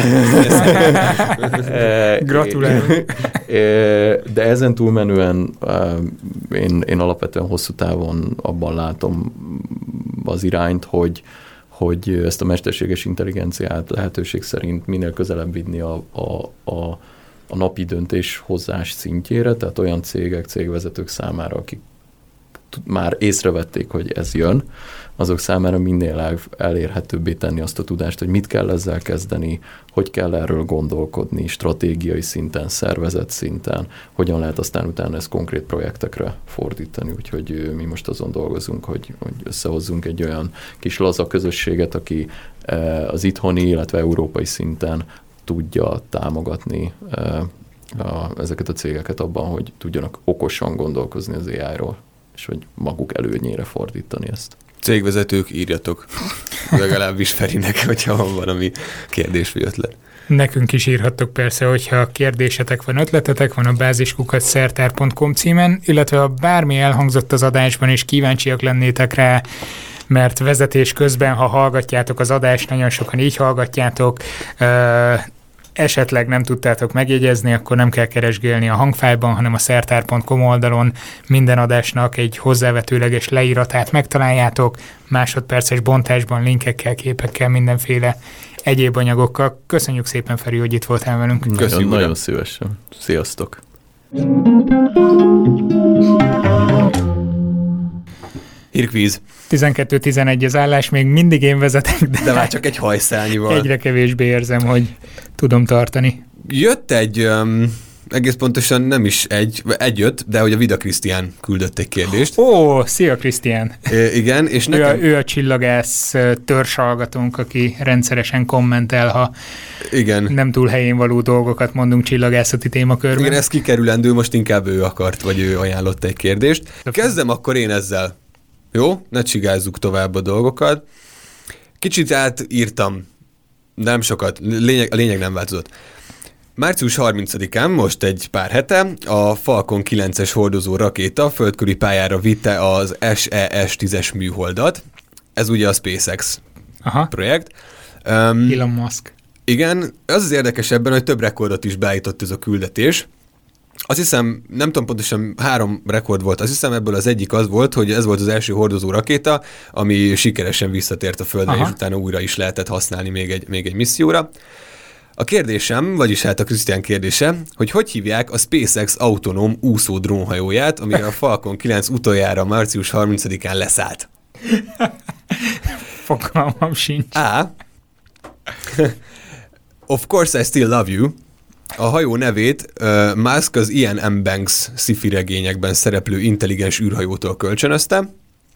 Gratulálok! De ezen túlmenően én alapvetően hosszú távon abban látom az irányt, hogy ezt a mesterséges intelligenciát lehetőség szerint minél közelebb vinni a napi döntéshozás szintjére, tehát olyan cégvezetők számára, akik már észrevették, hogy ez jön, azok számára minél elérhetőbbé tenni azt a tudást, hogy mit kell ezzel kezdeni, hogy kell erről gondolkodni stratégiai szinten, szervezet szinten, hogyan lehet aztán utána ezt konkrét projektekre fordítani. Úgyhogy mi most azon dolgozunk, hogy összehozzunk egy olyan kis laza közösséget, aki az itthoni, illetve európai szinten tudja támogatni ezeket a cégeket abban, hogy tudjanak okosan gondolkozni az AI-ról, és hogy maguk előnyére fordítani ezt. Cégvezetők, írjatok legalábbis Ferinek, hogyha van valami kérdés vagy ötlet. Nekünk is írhattok persze, hogyha kérdésetek van, ötletetek van a bázis@szertár.com címen, illetve ha bármi elhangzott az adásban, és kíváncsiak lennétek rá, mert vezetés közben, ha hallgatjátok az adást, nagyon sokan így hallgatjátok, esetleg nem tudtátok megjegyezni, akkor nem kell keresgélni a hangfájlban, hanem a szertár.com oldalon minden adásnak egy hozzávetőleges leíratát megtaláljátok, másodperces bontásban, linkekkel, képekkel, mindenféle egyéb anyagokkal. Köszönjük szépen, Feri, hogy itt voltál velünk. Köszönjük, nagyon szívesen. Sziasztok! Hírkvíz. 12-11 az állás, még mindig én vezetek, de már csak egy hajszálnyival. Egyre kevésbé érzem, hogy tudom tartani. Jött egy, egész pontosan nem is egy jött, de hogy a Vida Krisztián küldött egy kérdést. Szia Krisztián! Igen, és nekem... Ő a csillagász törzshallgatónk, aki rendszeresen kommentel, ha nem túl helyén való dolgokat mondunk csillagászati témakörben. Igen, ez kikerülendő, most inkább ő akart, vagy ő ajánlott egy kérdést. Kezdem akkor én ezzel. Jó? Ne csigázzuk tovább a dolgokat. Kicsit átírtam, nem sokat, a lényeg nem változott. Március 30-án, most egy pár hete, a Falcon 9-es hordozó rakéta földkörüli pályára vitte az SES-10-es műholdat. Ez ugye a SpaceX projekt. Elon Musk. Igen, az érdekes ebben, hogy több rekordot is beállított ez a küldetés. Azt hiszem, nem tudom pontosan, 3 rekord volt. Azt hiszem, ebből az egyik az volt, hogy ez volt az első hordozó rakéta, ami sikeresen visszatért a Földre, és utána újra is lehetett használni még egy misszióra. A kérdésem, vagyis hát a Krisztián kérdése, hogy hívják a SpaceX autonóm úszó drónhajóját, amire a Falcon 9 utoljára március 30-án leszállt. Fogalmam sincs. Of course I still love you. A hajó nevét Musk az Ian M. Banks sci-fi regényekben szereplő intelligens űrhajótól kölcsönözte.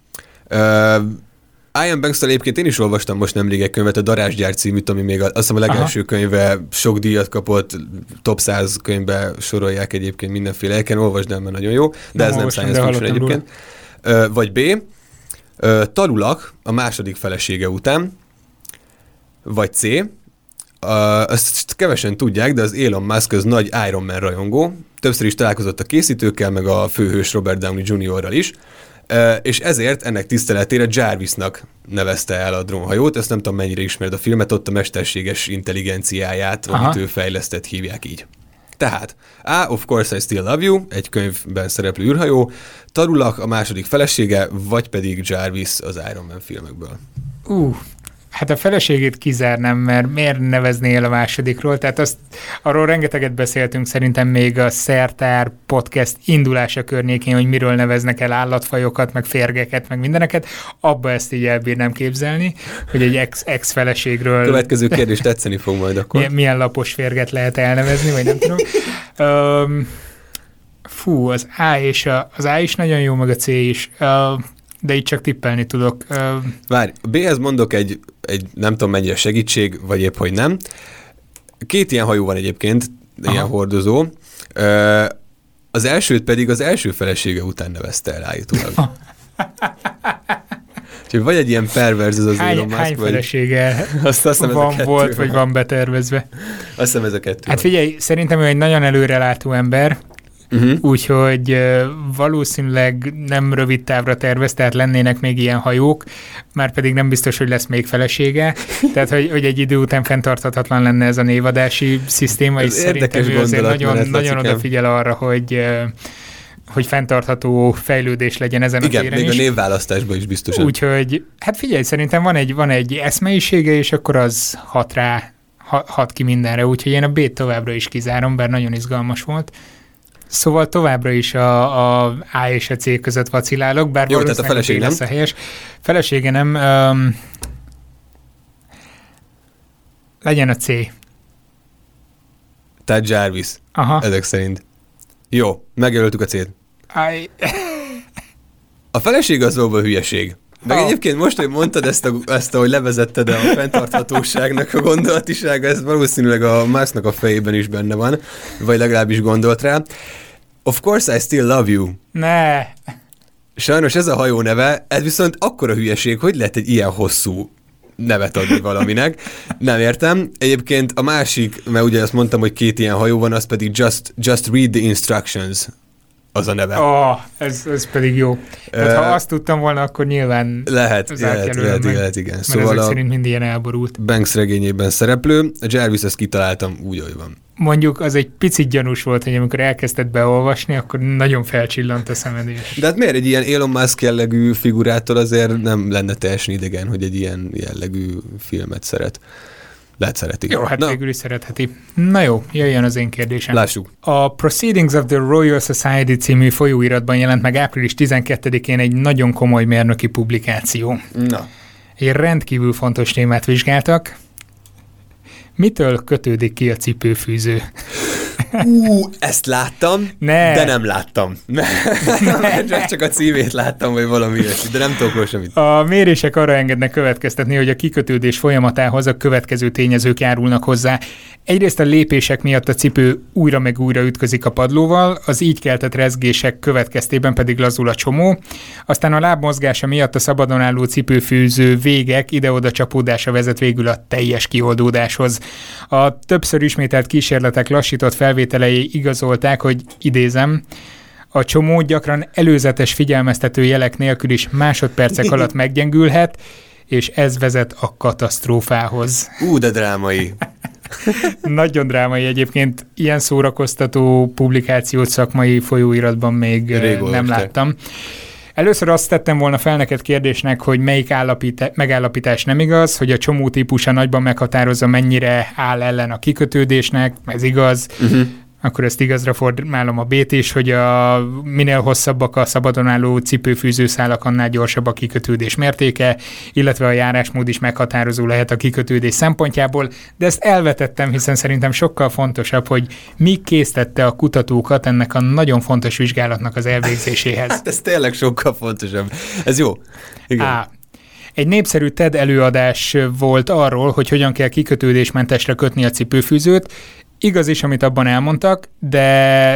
Ian Banks-től egyébként én is olvastam most nemrég egy könyvet, a Darázsgyár címűt, ami még azt hiszem a legelső könyve, sok díjat kapott, top 100 könyvbe sorolják egyébként mindenféle helyeken, olvasd el, mert nagyon jó, de ez nem science fiction egyébként. Vagy B. Talulak a második felesége után, vagy C. Azt kevesen tudják, de az Elon Musk az nagy Iron Man rajongó, többször is találkozott a készítőkkel, meg a főhős Robert Downey Jr.-ral is. És ezért ennek tiszteletére Jarvisnak nevezte el a drónhajót, ezt nem tudom mennyire ismered a filmet, ott a mesterséges intelligenciáját, amit ő fejlesztett, hívják így. Tehát A, Of Course I Still Love You, egy könyvben szereplő űrhajó, Tarulak a második felesége, vagy pedig Jarvis az Iron Man filmekből. Hát a feleségét kizárnám, mert miért neveznél a másodikról? Tehát arról rengeteget beszéltünk szerintem még a Szertár podcast indulása környékén, hogy miről neveznek el állatfajokat, meg férgeket, meg mindeneket. Abba ezt így elbírnám képzelni, hogy egy ex-feleségről... Következő kérdés tetszeni fog majd akkor. Milyen lapos férget lehet elnevezni, vagy nem tudom. Az A is nagyon jó, meg a C is. De itt csak tippelni tudok. Várj, B-hez mondok egy nem tudom mennyire segítség, vagy épp hogy nem. 2 ilyen hajó van egyébként, ilyen hordozó. Az elsőt pedig az első felesége után nevezte el állítólag. Úgyhogy vagy egy ilyen perverz az Elon Musk, hány felesége volt, vagy van betervezve? Azt hiszem ez a 2. Hát figyelj, szerintem ő egy nagyon előrelátó ember, úgyhogy valószínűleg nem rövid távra tervez, tehát lennének még ilyen hajók, már pedig nem biztos, hogy lesz még felesége, tehát hogy egy idő után fenntarthatatlan lenne ez a névadási szisztéma, és szerintem ő azért nagyon odafigyel arra, hogy fenntartható fejlődés legyen ezen a téren is. Igen, még a névválasztásban is biztosan. Úgyhogy, hát figyelj, szerintem van egy eszmeisége, és akkor az hat ki mindenre, úgyhogy én a B-t továbbra is kizárom, bár nagyon izgalmas volt. Szóval továbbra is a A és a C között vacilálok, bár jó, tehát a feleség nem? Lesz a helyes. Felesége nem. Legyen a C. Tehát Jarvis. Ezek szerint. Jó, megjelöltük a C-t. A feleség az valóban hülyeség. Meg egyébként most, hogy mondtad ezt, ahogy levezetted a fenntarthatóságnak a gondolatisága, ez valószínűleg a Musknak a fejében is benne van, vagy legalábbis gondolt rá. Of Course I Still Love You. Ne! Sajnos ez a hajó neve, ez viszont akkora hülyeség, hogy lehet egy ilyen hosszú nevet adni valaminek. Nem értem. Egyébként a másik, mert ugye azt mondtam, hogy 2 ilyen hajó van, az pedig Just Read the Instructions. Az a neve. Ez pedig jó. Tehát ha azt tudtam volna, akkor nyilván lehet, igen. Szóval ezek szerint mind ilyen elborult. Banks regényében szereplő, a Jarvis ezt kitaláltam úgy, ahogy van. Mondjuk az egy picit gyanús volt, hogy amikor elkezdted beolvasni, akkor nagyon felcsillant a szemed is. De hát miért egy ilyen Elon Musk jellegű figurától azért nem lenne teljesen idegen, hogy egy ilyen jellegű filmet szeret. Lehet szereti. Jó, hát végül is szeretheti. Na jó, jöjjön az én kérdésem. Lássuk. A Proceedings of the Royal Society című folyóiratban jelent meg április 12-én egy nagyon komoly mérnöki publikáció. Na. Egy rendkívül fontos témát vizsgáltak. Mitől kötődik ki a cipőfűző? Ezt láttam, de nem láttam. Csak a címét láttam, vagy valami ilyesmi, de nem tudok róla semmit. A mérések arra engednek következtetni, hogy a kikötődés folyamatához a következő tényezők járulnak hozzá. Egyrészt a lépések miatt a cipő újra meg újra ütközik a padlóval, az így keltett rezgések következtében pedig lazul a csomó, aztán a lábmozgása miatt a szabadon álló cipőfűző végek ide-oda csapódása vezet végül a teljes kioldódáshoz. A többször ismételt kísérletek lassított felvételei igazolták, hogy idézem, a csomó gyakran előzetes figyelmeztető jelek nélkül is másodpercek alatt meggyengülhet, és ez vezet a katasztrófához. De drámai. Nagyon drámai egyébként. Ilyen szórakoztató publikációt szakmai folyóiratban még nem láttam. Először azt tettem volna fel neked kérdésnek, hogy melyik megállapítás nem igaz, hogy a csomó típusa nagyban meghatározza, mennyire áll ellen a kikötődésnek, ez igaz. Akkor ezt igazra formálom a B-t is, hogy minél hosszabbak a szabadon álló cipőfűzőszálak, annál gyorsabb a kikötődés mértéke, illetve a járásmód is meghatározó lehet a kikötődés szempontjából, de ezt elvetettem, hiszen szerintem sokkal fontosabb, hogy mi késztette a kutatókat ennek a nagyon fontos vizsgálatnak az elvégzéséhez. Hát ez tényleg sokkal fontosabb. Ez jó. Igen. Egy népszerű TED előadás volt arról, hogy hogyan kell kikötődésmentesre kötni a cipőfűzőt. Igaz is, amit abban elmondtak, de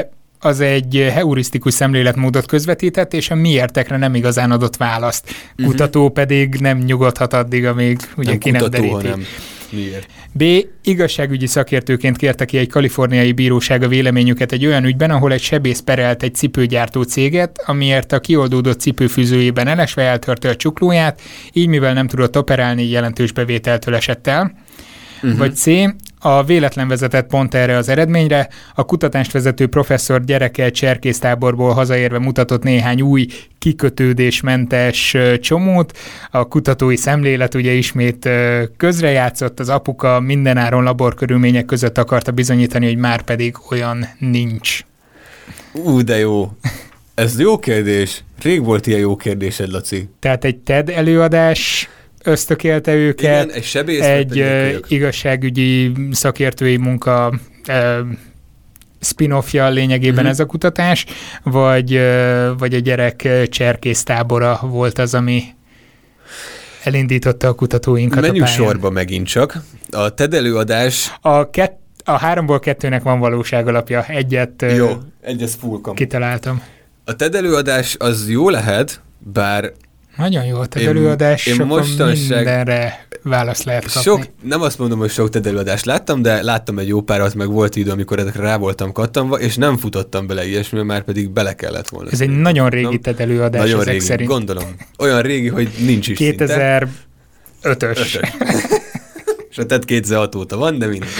az egy heurisztikus szemléletmódot közvetített, és a miértekre nem igazán adott választ. Kutató pedig nem nyugodhat addig, amíg ugye nem ki nem kutató, deríti. hanem miért? B. Igazságügyi szakértőként kérte ki egy kaliforniai bíróság a véleményüket egy olyan ügyben, ahol egy sebész perelt egy cipőgyártó céget, amiért a kioldódott cipőfűzőjében elesve eltörte a csuklóját, így mivel nem tudott operálni, jelentős bevételtől esett el. Vagy C. A véletlen vezetett pont erre az eredményre. A kutatást vezető professzor gyereke cserkésztáborból hazaérve mutatott néhány új kikötődésmentes csomót. A kutatói szemlélet ugye ismét közrejátszott, az apuka mindenáron laborkörülmények között akarta bizonyítani, hogy már pedig olyan nincs. De jó. Ez jó kérdés. Rég volt ilyen jó kérdésed, Laci. Tehát egy TED előadás ösztökélte őket, Igen, egy sebész, egy igazságügyi szakértői munka spin-offja lényegében ez a kutatás, vagy a gyerek cserkésztábora volt az, ami elindította a kutatóinkat. Menjünk a pályán. sorba megint csak. A TED előadás... A 3-ból 2-nek van valóság alapja. Egyet full kamu. kitaláltam. A TED előadás az jó lehet, bár... Nagyon jó a TED előadás, mindenre választ lehet kapni. Nem azt mondom, hogy sok TED előadást láttam, de láttam egy jó párat, meg volt idő, amikor ezekre rá voltam kattanva, és nem futottam bele ilyesmibe, már pedig bele kellett volna. Ez egy nagyon régi TED előadás nagyon ezek régi, szerint. gondolom. Olyan régi, hogy nincs is 2005-ös. És a TED 2006 óta van, de minden.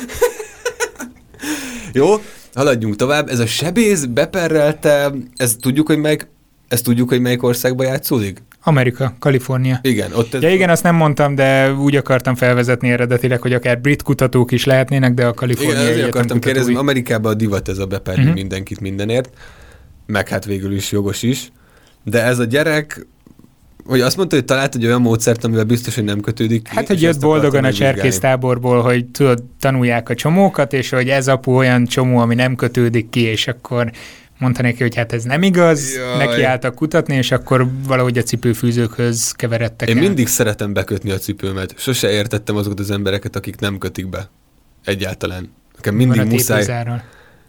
Jó, haladjunk tovább. Ez a sebész beperrelte, ezt tudjuk, hogy melyik országban játszódik? Amerika, Kalifornia. Igen, ott ez... Ja, igen, azt nem mondtam, de úgy akartam felvezetni eredetileg, hogy akár brit kutatók is lehetnének, de a kaliforniai egyetem Igen, akartam kutatói. kérdezni, Amerikában a divat ez a beperni mindenkit mindenért, meg hát végül is jogos is, de ez a gyerek, hogy azt mondta, hogy talált egy olyan módszert, amivel biztos, hogy nem kötődik ki. Hát, hogy jött boldogan a cserkésztáborból, hogy tudod, tanulják a csomókat, és hogy ez apu olyan csomó, ami nem kötődik ki, és akkor mondta neki, hogy hát ez nem igaz, neki álltak kutatni, és akkor valahogy a cipőfűzőkhöz keveredtek Én el. mindig szeretem bekötni a cipőmet. Sose értettem azokat az embereket, akik nem kötik be. Egyáltalán. Nekem mindig van a muszáj. tépőzárral.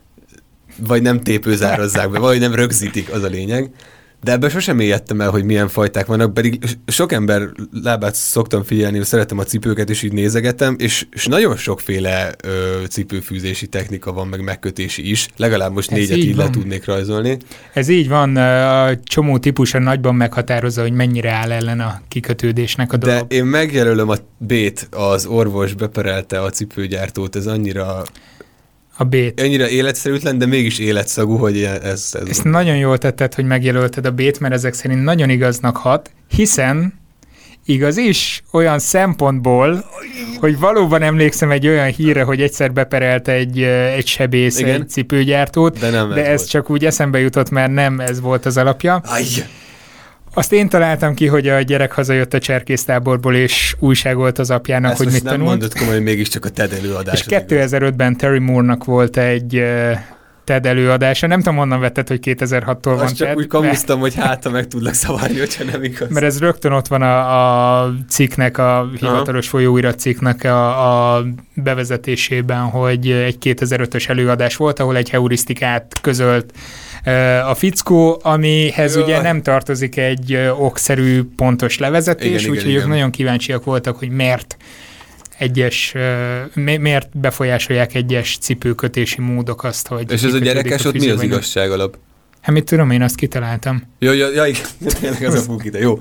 Vagy nem tépőzározzák be, vagy nem rögzítik, az a lényeg. De ebben sosem égettem el, hogy milyen fajták vannak, pedig sok ember lábát szoktam figyelni, szeretem a cipőket, és így nézegetem, és nagyon sokféle cipőfűzési technika van, meg megkötési is. Legalább most 4-et így le tudnék rajzolni. Ez így van, a csomó típusa nagyban meghatározza, hogy mennyire áll ellen a kikötődésnek a dolog. De én megjelölöm a B-t, az orvos beperelte a cipőgyártót, ez annyira... A B-t. Annyira életszerűtlen, de mégis életszagú, hogy ez Ezt nagyon jól tetted, hogy megjelölted a B-t, mert ezek szerint nagyon igaznak hat, hiszen igaz is olyan szempontból, hogy valóban emlékszem egy olyan hírre, hogy egyszer beperelte egy sebész egy cipőgyártót, de ez csak úgy eszembe jutott, mert nem ez volt az alapja. Azt én találtam ki, hogy a gyerek hazajött a cserkésztáborból, és újságolt az apjának, ezt hogy mit nem tanult. mondod komolyan, hogy mégiscsak a TED előadás. És 2005-ben Terry Moore-nak volt egy TED előadása. Nem tudom, honnan vetted, hogy 2006-tól van azt csak TED. úgy kamusztam, hogy ha meg tudlak szavarni, hogyha nem igaz. Mert ez rögtön ott van a cikknek, a hivatalos folyóirat cikknek a bevezetésében, hogy egy 2005-ös előadás volt, ahol egy heurisztikát közölt a fickó, amihez ugye nem tartozik egy okszerű, pontos levezetés, úgyhogy ők nagyon kíváncsiak voltak, hogy miért befolyásolják egyes cipőkötési módok azt, hogy... És ez a gyerekes ott mi az igazság alap? Hát mit tudom, én azt kitaláltam. Ja, tényleg az a fukita, jó.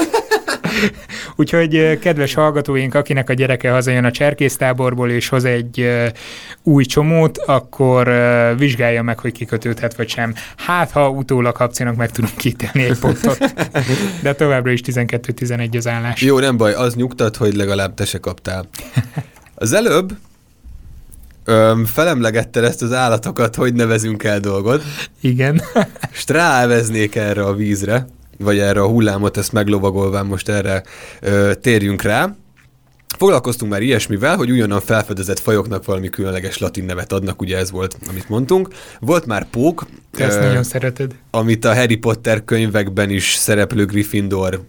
Úgyhogy kedves hallgatóink, akinek a gyereke hazajön a cserkésztáborból és hoz egy új csomót, akkor vizsgálja meg, hogy kikötődhet vagy sem. Hát, ha utólag Habcinak meg tudunk ítélni egy pontot. De továbbra is 12-11 az állás. Jó, nem baj, az nyugtat, hogy legalább te se kaptál. Az előbb felemlegetted ezt az állatokat, hogy nevezünk el dolgot. Igen. És ráveznék erre a vízre, vagy erre a hullámot, ezt meglovagolván most erre térjünk rá. Foglalkoztunk már ilyesmivel, hogy ugyanan felfedezett fajoknak valami különleges latin nevet adnak, ugye ez volt, amit mondtunk. Volt már pók. Te ezt nagyon szereted. Amit a Harry Potter könyvekben is szereplő Gryffindor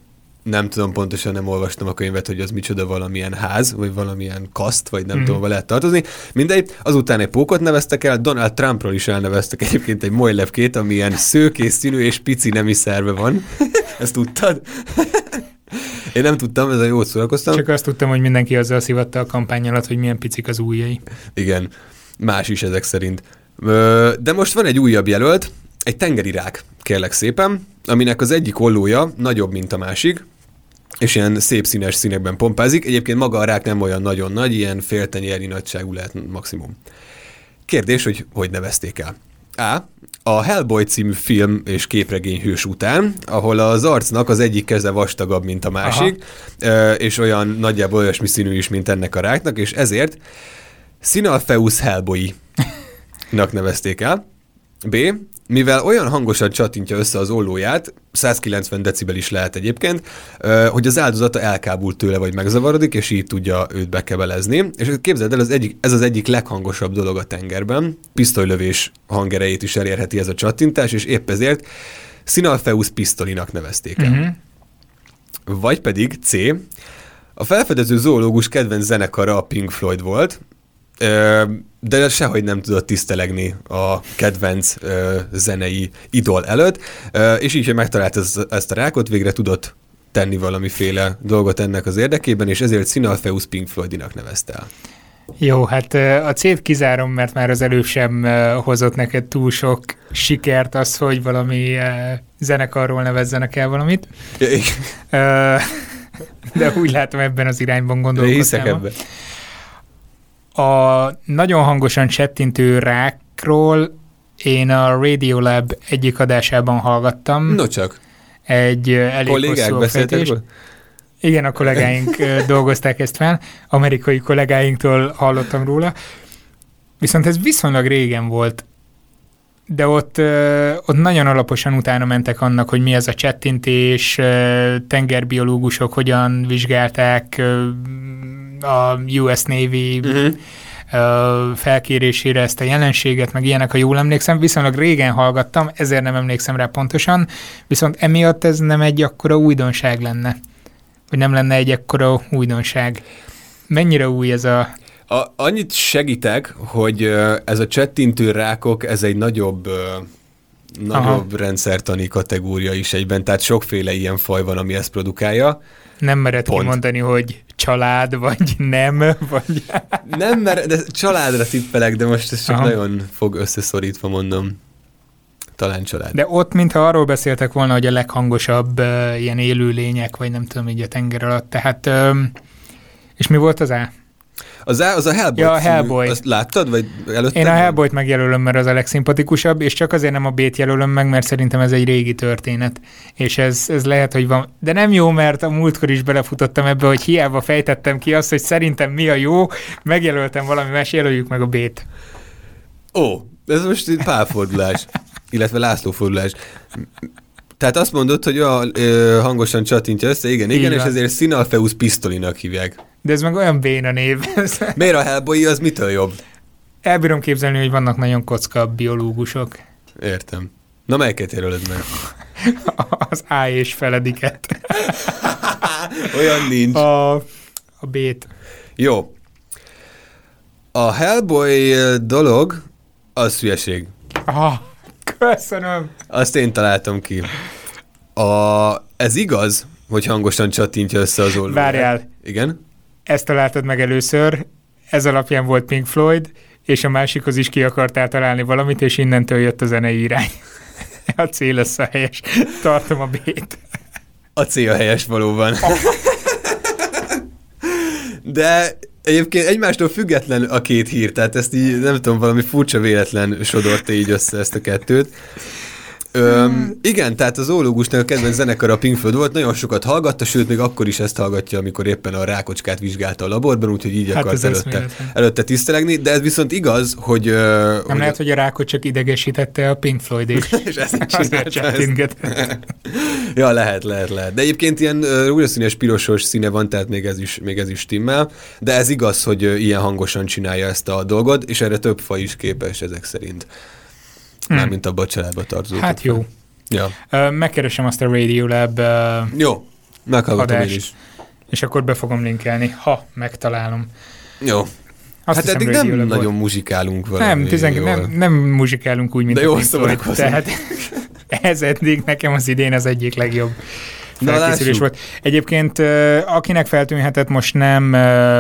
nem tudom, pontosan nem olvastam a könyvet, hogy az micsoda, valamilyen ház, vagy valamilyen kaszt, vagy nem tudom, hova lehet tartozni. Mindegy, azután egy pókot neveztek el, Donald Trumpról is elneveztek egyébként egy molylepkét, amilyen szőkész színű és pici nemi szerve van. Ezt tudtad? Én nem tudtam, ezzel jót szórakoztam. Csak azt tudtam, hogy mindenki azzal szivatta a kampány alatt, hogy milyen picik az ujjai. Igen, más is ezek szerint. De most van egy újabb jelölt, egy tengeri rák, kérlek szépen, aminek az egyik ollója nagyobb, mint a másik, és ilyen szép színes színekben pompázik. Egyébként maga a rák nem olyan nagyon nagy, ilyen féltenyérnyi nagyságú lehet maximum. Kérdés, hogy nevezték el. A Hellboy című film és képregény hős után, ahol az arcnak az egyik keze vastagabb, mint a másik, és olyan nagyjából olyasmi színű is, mint ennek a ráknak, és ezért Sinalpheus hellboyi-nak nevezték el. B. Mivel olyan hangosan csattintja össze az ollóját, 190 decibel is lehet egyébként, hogy az áldozata elkábult tőle, vagy megzavarodik, és így tudja őt bekebelezni. És képzeld el, ez az egyik leghangosabb dolog a tengerben. Pisztolylövés hangerejét is elérheti ez a csattintás, és épp ezért Sinalpheus pisztolinak nevezték el. Uh-huh. Vagy pedig C. A felfedező zoológus kedvenc zenekara a Pink Floyd volt, de sehogy nem tudott tisztelegni a kedvenc zenei idol előtt, és így, hogy megtalált ezt a rákot, végre tudott tenni valamiféle dolgot ennek az érdekében, és ezért Sinalpheus Pink Floydinak nevezte el. Jó, hát a C-t kizárom, mert már az előbb sem hozott neked túl sok sikert az, hogy valami zenekarról nevezzenek el valamit. De úgy látom, ebben az irányban gondolkodtál. Hiszek ebben. A nagyon hangosan csettintő rákról én a Radiolab egyik adásában hallgattam. No csak. Egy elég hosszú beszélgetést. Igen, a kollégáink dolgozták ezt fel, amerikai kollégáinktól hallottam róla. Viszont ez viszonylag régen volt, de ott nagyon alaposan utána mentek annak, hogy mi ez a csettintés, tengerbiológusok hogyan vizsgálták, a US Navy felkérésére ezt a jelenséget, meg ilyenek, ha jól emlékszem. Viszonylag régen hallgattam, ezért nem emlékszem rá pontosan, viszont emiatt ez nem egy akkora újdonság lenne. Vagy nem lenne egy akkora újdonság. Mennyire új ez a... Annyit segítek, hogy ez a csettintő rákok, ez egy nagyobb rendszertani kategória is egyben, tehát sokféle ilyen faj van, ami ezt produkálja. Nem mered kimondani, hogy család, vagy nem, vagy... Nem mered, de családra tippelek, de most ez csak nagyon fog összeszorítva, mondom. Talán család. De ott, mintha arról beszéltek volna, hogy a leghangosabb ilyen élőlények, vagy nem tudom, így a tenger alatt, tehát... és mi volt az A? Az a Hellboy. Ja, a Hellboy. Azt láttad, vagy előtte? Én a Hellboyt megjelölöm, mert az a legszimpatikusabb, és csak azért nem a B-t jelölöm meg, mert szerintem ez egy régi történet. És ez lehet, hogy van. De nem jó, mert a múltkor is belefutottam ebbe, hogy hiába fejtettem ki azt, hogy szerintem mi a jó, megjelöltem valami más, jelöljük meg a B-t. Ó, ez most egy pálfordulás, illetve László fordulás. Tehát azt mondod, hogy hangosan csattintja össze, igen, és ezért Sinalpheus pisztolinak hívják. De ez meg olyan béna név. Miért a Hellboy az mitől jobb? Elbírom képzelni, hogy vannak nagyon kocka biológusok. Értem. Na, melyiket jelölöd meg? Az A és felediket. Olyan nincs. A B-t. Jó. A Hellboy dolog az hülyeség. Köszönöm. Azt én találtam ki. Ez igaz, hogy hangosan csattintja össze az ollóját? Várjál. Igen? Ezt találtad meg először, ez alapján volt Pink Floyd, és a másikhoz is ki akartál találni valamit, és innentől jött a zenei irány. A C lesz a helyes. Tartom a B-t. A C a helyes valóban. De egyébként egymástól független a két hír, tehát ezt így nem tudom, valami furcsa véletlen sodorta így össze ezt a kettőt. Igen, tehát az zoológusnak a kedvenc zenekara a Pink Floyd volt, nagyon sokat hallgatta, sőt, még akkor is ezt hallgatja, amikor éppen a rákocskát vizsgázta a laborban, úgyhogy így akart előtte tisztelegni, de ez viszont igaz, hogy... Nem lehet, hogy a rákot csak idegesítette a Pink Floyd is. És ezt Ja, lehet. De egyébként ilyen rózsaszínes pirosos színe van, tehát még ez is stimmel, de ez igaz, hogy ilyen hangosan csinálja ezt a dolgot, és erre több faj is képes ezek szerint. Mármint abba a családba tartozó. Hát jó. Ja. Megkeresem azt a Radiolab jó. Meghallgatom én is. És akkor be fogom linkelni, ha megtalálom. Jó. Azt hát eddig nem nagyon muzsikálunk valami. Nem muzsikálunk úgy, mint de a Pink Floyd. Tehát ez eddig nekem az idén az egyik legjobb felkészülés volt. Egyébként akinek feltűnhetett, most nem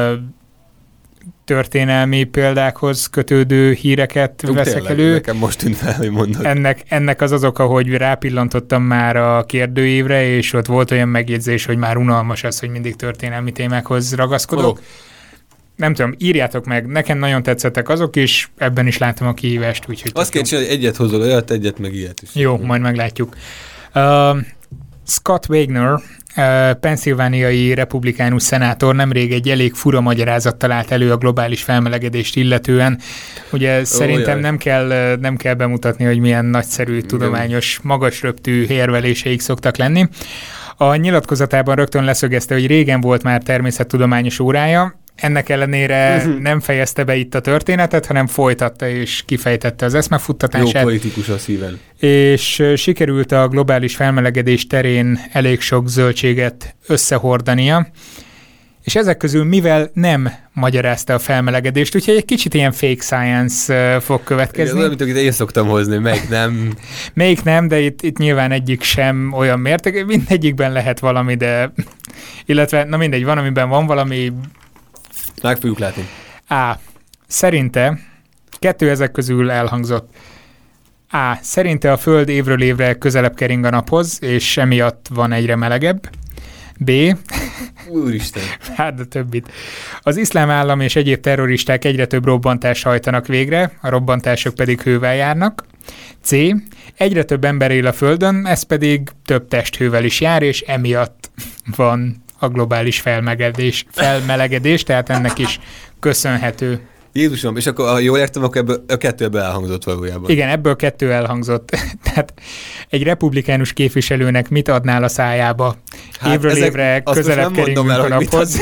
történelmi példákhoz kötődő híreket veszek elő. Nekem most tűnt fel, hogy mondod. Ennek az oka, hogy rápillantottam már a kérdőívre, és ott volt olyan megjegyzés, hogy már unalmas az, hogy mindig történelmi témákhoz ragaszkodok. Nem tudom, írjátok meg, nekem nagyon tetszettek azok is, ebben is látom a kihívást. Azt kell csinálni, hogy egyet hozol olyat, egyet meg ilyet is. Jó, majd meglátjuk. Scott Wagner, pennsylvániai republikánus szenátor nemrég egy elég fura magyarázattal állt elő a globális felmelegedést illetően. Ugye szerintem nem kell bemutatni, hogy milyen nagyszerű, tudományos, magasröptű érveléseik szoktak lenni. A nyilatkozatában rögtön leszögezte, hogy régen volt már természettudományos órája, ennek ellenére nem fejezte be itt a történetet, hanem folytatta és kifejtette az eszmefuttatását. Jó politikus a szíven. És sikerült a globális felmelegedés terén elég sok zöldséget összehordania, és ezek közül mivel nem magyarázta a felmelegedést, úgyhogy egy kicsit ilyen fake science fog következni. Igen, amit én szoktam hozni, melyik nem. Melyik nem, de itt nyilván egyik sem olyan mérték, mindegyikben lehet valami, de illetve, na mindegy, van, amiben van valami. Meg fogjuk látni. Szerinte, 2 ezek közül elhangzott. Szerinte a Föld évről évre közelebb kering a naphoz, és emiatt van egyre melegebb. B. Úristen. Hát a többit. Az iszlám állam és egyéb terroristák egyre több robbantást hajtanak végre, a robbantások pedig hővel járnak. C. Egyre több ember él a Földön, ez pedig több testhővel is jár, és emiatt van a globális felmelegedés, tehát ennek is köszönhető. Jézusom, és akkor, ha jól értem, akkor ebből 2 elhangzott valójában. Igen, ebből 2 elhangzott. Tehát egy republikánus képviselőnek mit adnál a szájába? Hát évről évre közelebb keringünk a naphoz.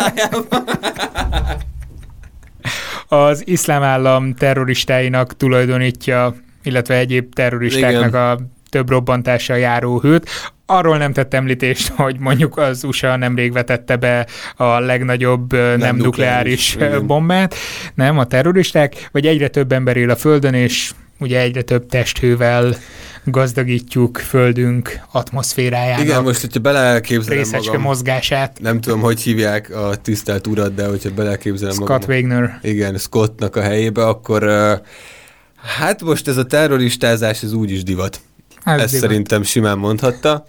Az iszlám állam terroristáinak tulajdonítja, illetve egyéb terroristáknak a több robbantással járó hőt. Arról nem tett említést, hogy mondjuk az USA nemrég vetette be a legnagyobb nem nukleáris bombát, nem, a terroristák, vagy egyre több ember él a Földön, és ugye egyre több testhővel gazdagítjuk Földünk atmoszférájának. Igen, most, hogyha beleképzelem részecske mozgását. Nem tudom, hogy hívják a tisztelt urat, de hogyha beleképzelem Scott Wagner. Igen, Scottnak a helyébe, akkor hát most ez a terroristázás, ez úgyis divat. Ezt szerintem simán mondhatta.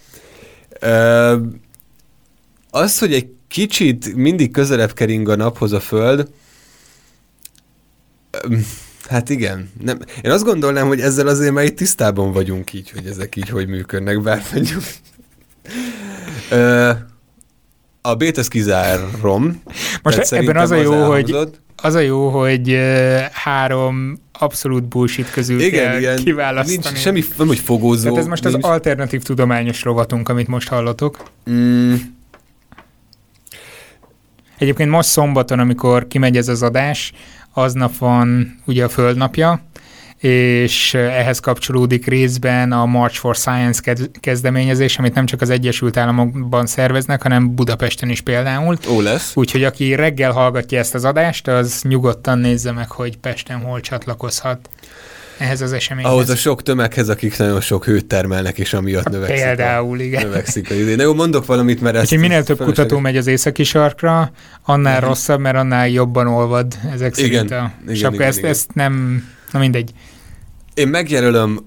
Az, hogy egy kicsit mindig közelebb kering a naphoz a Föld, hát igen. Nem. Én azt gondolnám, hogy ezzel azért már itt tisztában vagyunk így, hogy ezek így hogy működnek, bár mondjuk. A B-t ezt kizárom. Most ebben az a jó, hogy 3 abszolút bullshit közül kell kiválasztani. Nincs semmi, nem hogy fogózó. Tehát ez most az alternatív tudományos rovatunk, amit most hallotok. Egyébként most szombaton, amikor kimegy ez az adás, aznap van ugye a Földnapja, és ehhez kapcsolódik részben a March for Science kezdeményezés, amit nem csak az Egyesült Államokban szerveznek, hanem Budapesten is például. Lesz. Úgyhogy aki reggel hallgatja ezt az adást, az nyugodtan nézze meg, hogy Pesten hol csatlakozhat ehhez az eseményhez. Ahhoz a sok tömeghez, akik nagyon sok hőt termelnek, és amiatt növekszik. Például, igen. Növekszik a idő. Na jó, mondok valamit, mert ezt... minél több kutató megy az északi sarkra, annál rosszabb, mert annál jobban olvad ezek szerint a sapka. Ezt nem... Na mindegy. Én megjelölöm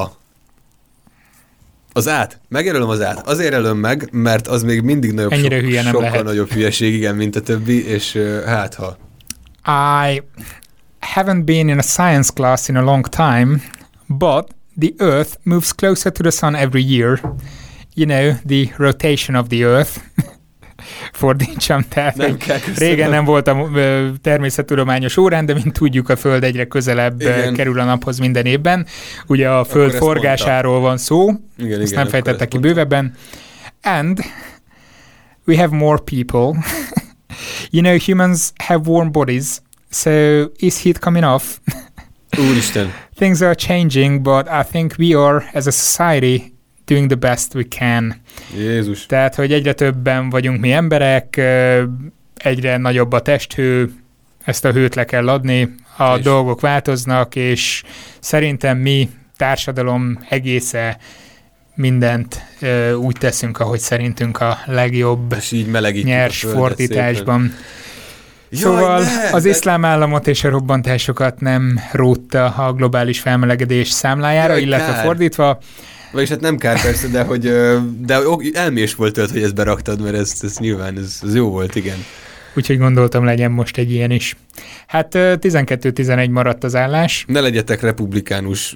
az át. Megjelölöm az át. Azért jelölöm meg, mert az még mindig nagyobb, sokkal nagyobb hülyeség, igen, mint a többi, és hát ha. I haven't been in a science class in a long time, but the Earth moves closer to the sun every year. You know, the rotation of the Earth. Fordítsam, tehát régen nem voltam természettudományos órán, de mint tudjuk, a Föld egyre közelebb kerül a naphoz minden évben. Ugye a Föld forgásáról van szó, ezt nem fejtette ki bővebben. And we have more people. You know, humans have warm bodies, so is heat coming off? Úristen. Things are changing, but I think we are, as a society, doing the best we can. Jézus. Tehát, hogy egyre többen vagyunk mi emberek, egyre nagyobb a testhő, ezt a hőt le kell adni, a dolgok változnak, és szerintem mi társadalom egésze mindent úgy teszünk, ahogy szerintünk a legjobb és így nyers fordításban. Szóval az iszlám államot és a robbantásokat nem rótta a globális felmelegedés számlájára, illetve fordítva. Vagyis hát nem kár persze, de elmés volt tőled, hogy ezt beraktad, mert ez nyilván ez jó volt, igen. Úgyhogy gondoltam, legyen most egy ilyen is. Hát 12-11 maradt az állás. Ne legyetek republikánus,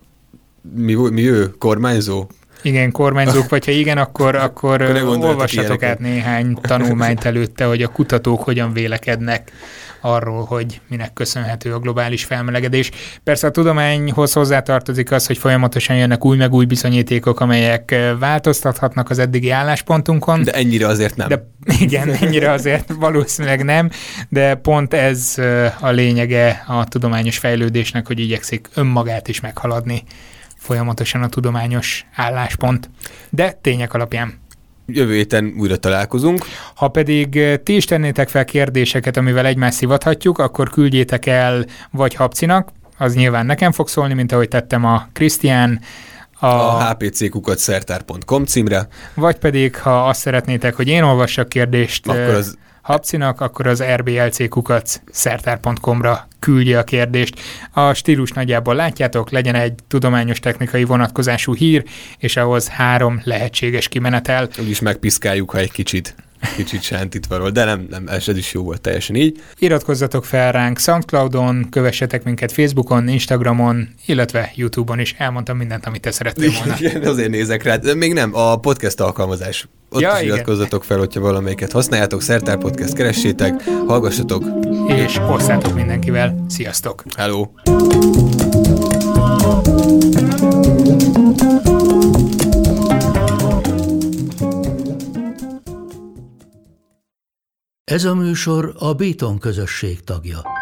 mi ő? Kormányzó? Igen, kormányzók, vagy ha igen, akkor olvassatok át néhány tanulmányt előtte, hogy a kutatók hogyan vélekednek arról, hogy minek köszönhető a globális felmelegedés. Persze a tudományhoz hozzátartozik az, hogy folyamatosan jönnek új meg új bizonyítékok, amelyek változtathatnak az eddigi álláspontunkon. De ennyire azért nem. De igen, ennyire azért valószínűleg nem, de pont ez a lényege a tudományos fejlődésnek, hogy igyekszik önmagát is meghaladni folyamatosan a tudományos álláspont, de tények alapján. Jövő héten újra találkozunk. Ha pedig ti is tennétek fel kérdéseket, amivel egymást szivathatjuk, akkor küldjétek el vagy Habcinak, az nyilván nekem fog szólni, mint ahogy tettem a Krisztián, a hpc@szertár.com címre. Vagy pedig, ha azt szeretnétek, hogy én olvassak kérdést Habcinak, akkor az rblc@szertár.com-ra küldje a kérdést. A stílus nagyjából látjátok, legyen egy tudományos technikai vonatkozású hír, és ahhoz 3 lehetséges kimenetel. Úgyis megpiszkáljuk, ha egy kicsit sántítva, de nem, ez is jó volt teljesen így. Iratkozzatok fel ránk SoundCloudon, kövessetek minket Facebookon, Instagramon, illetve YouTube-on is. Elmondtam mindent, amit te szerettél volna. Igen, azért nézek rá. De még nem, a podcast alkalmazás. Ott is iratkozzatok fel, hogyha valamelyiket használjátok, Szertár Podcast keressétek, hallgassatok. És osszátok mindenkivel. Sziasztok! Hello! Ez a műsor a Béton közösség tagja.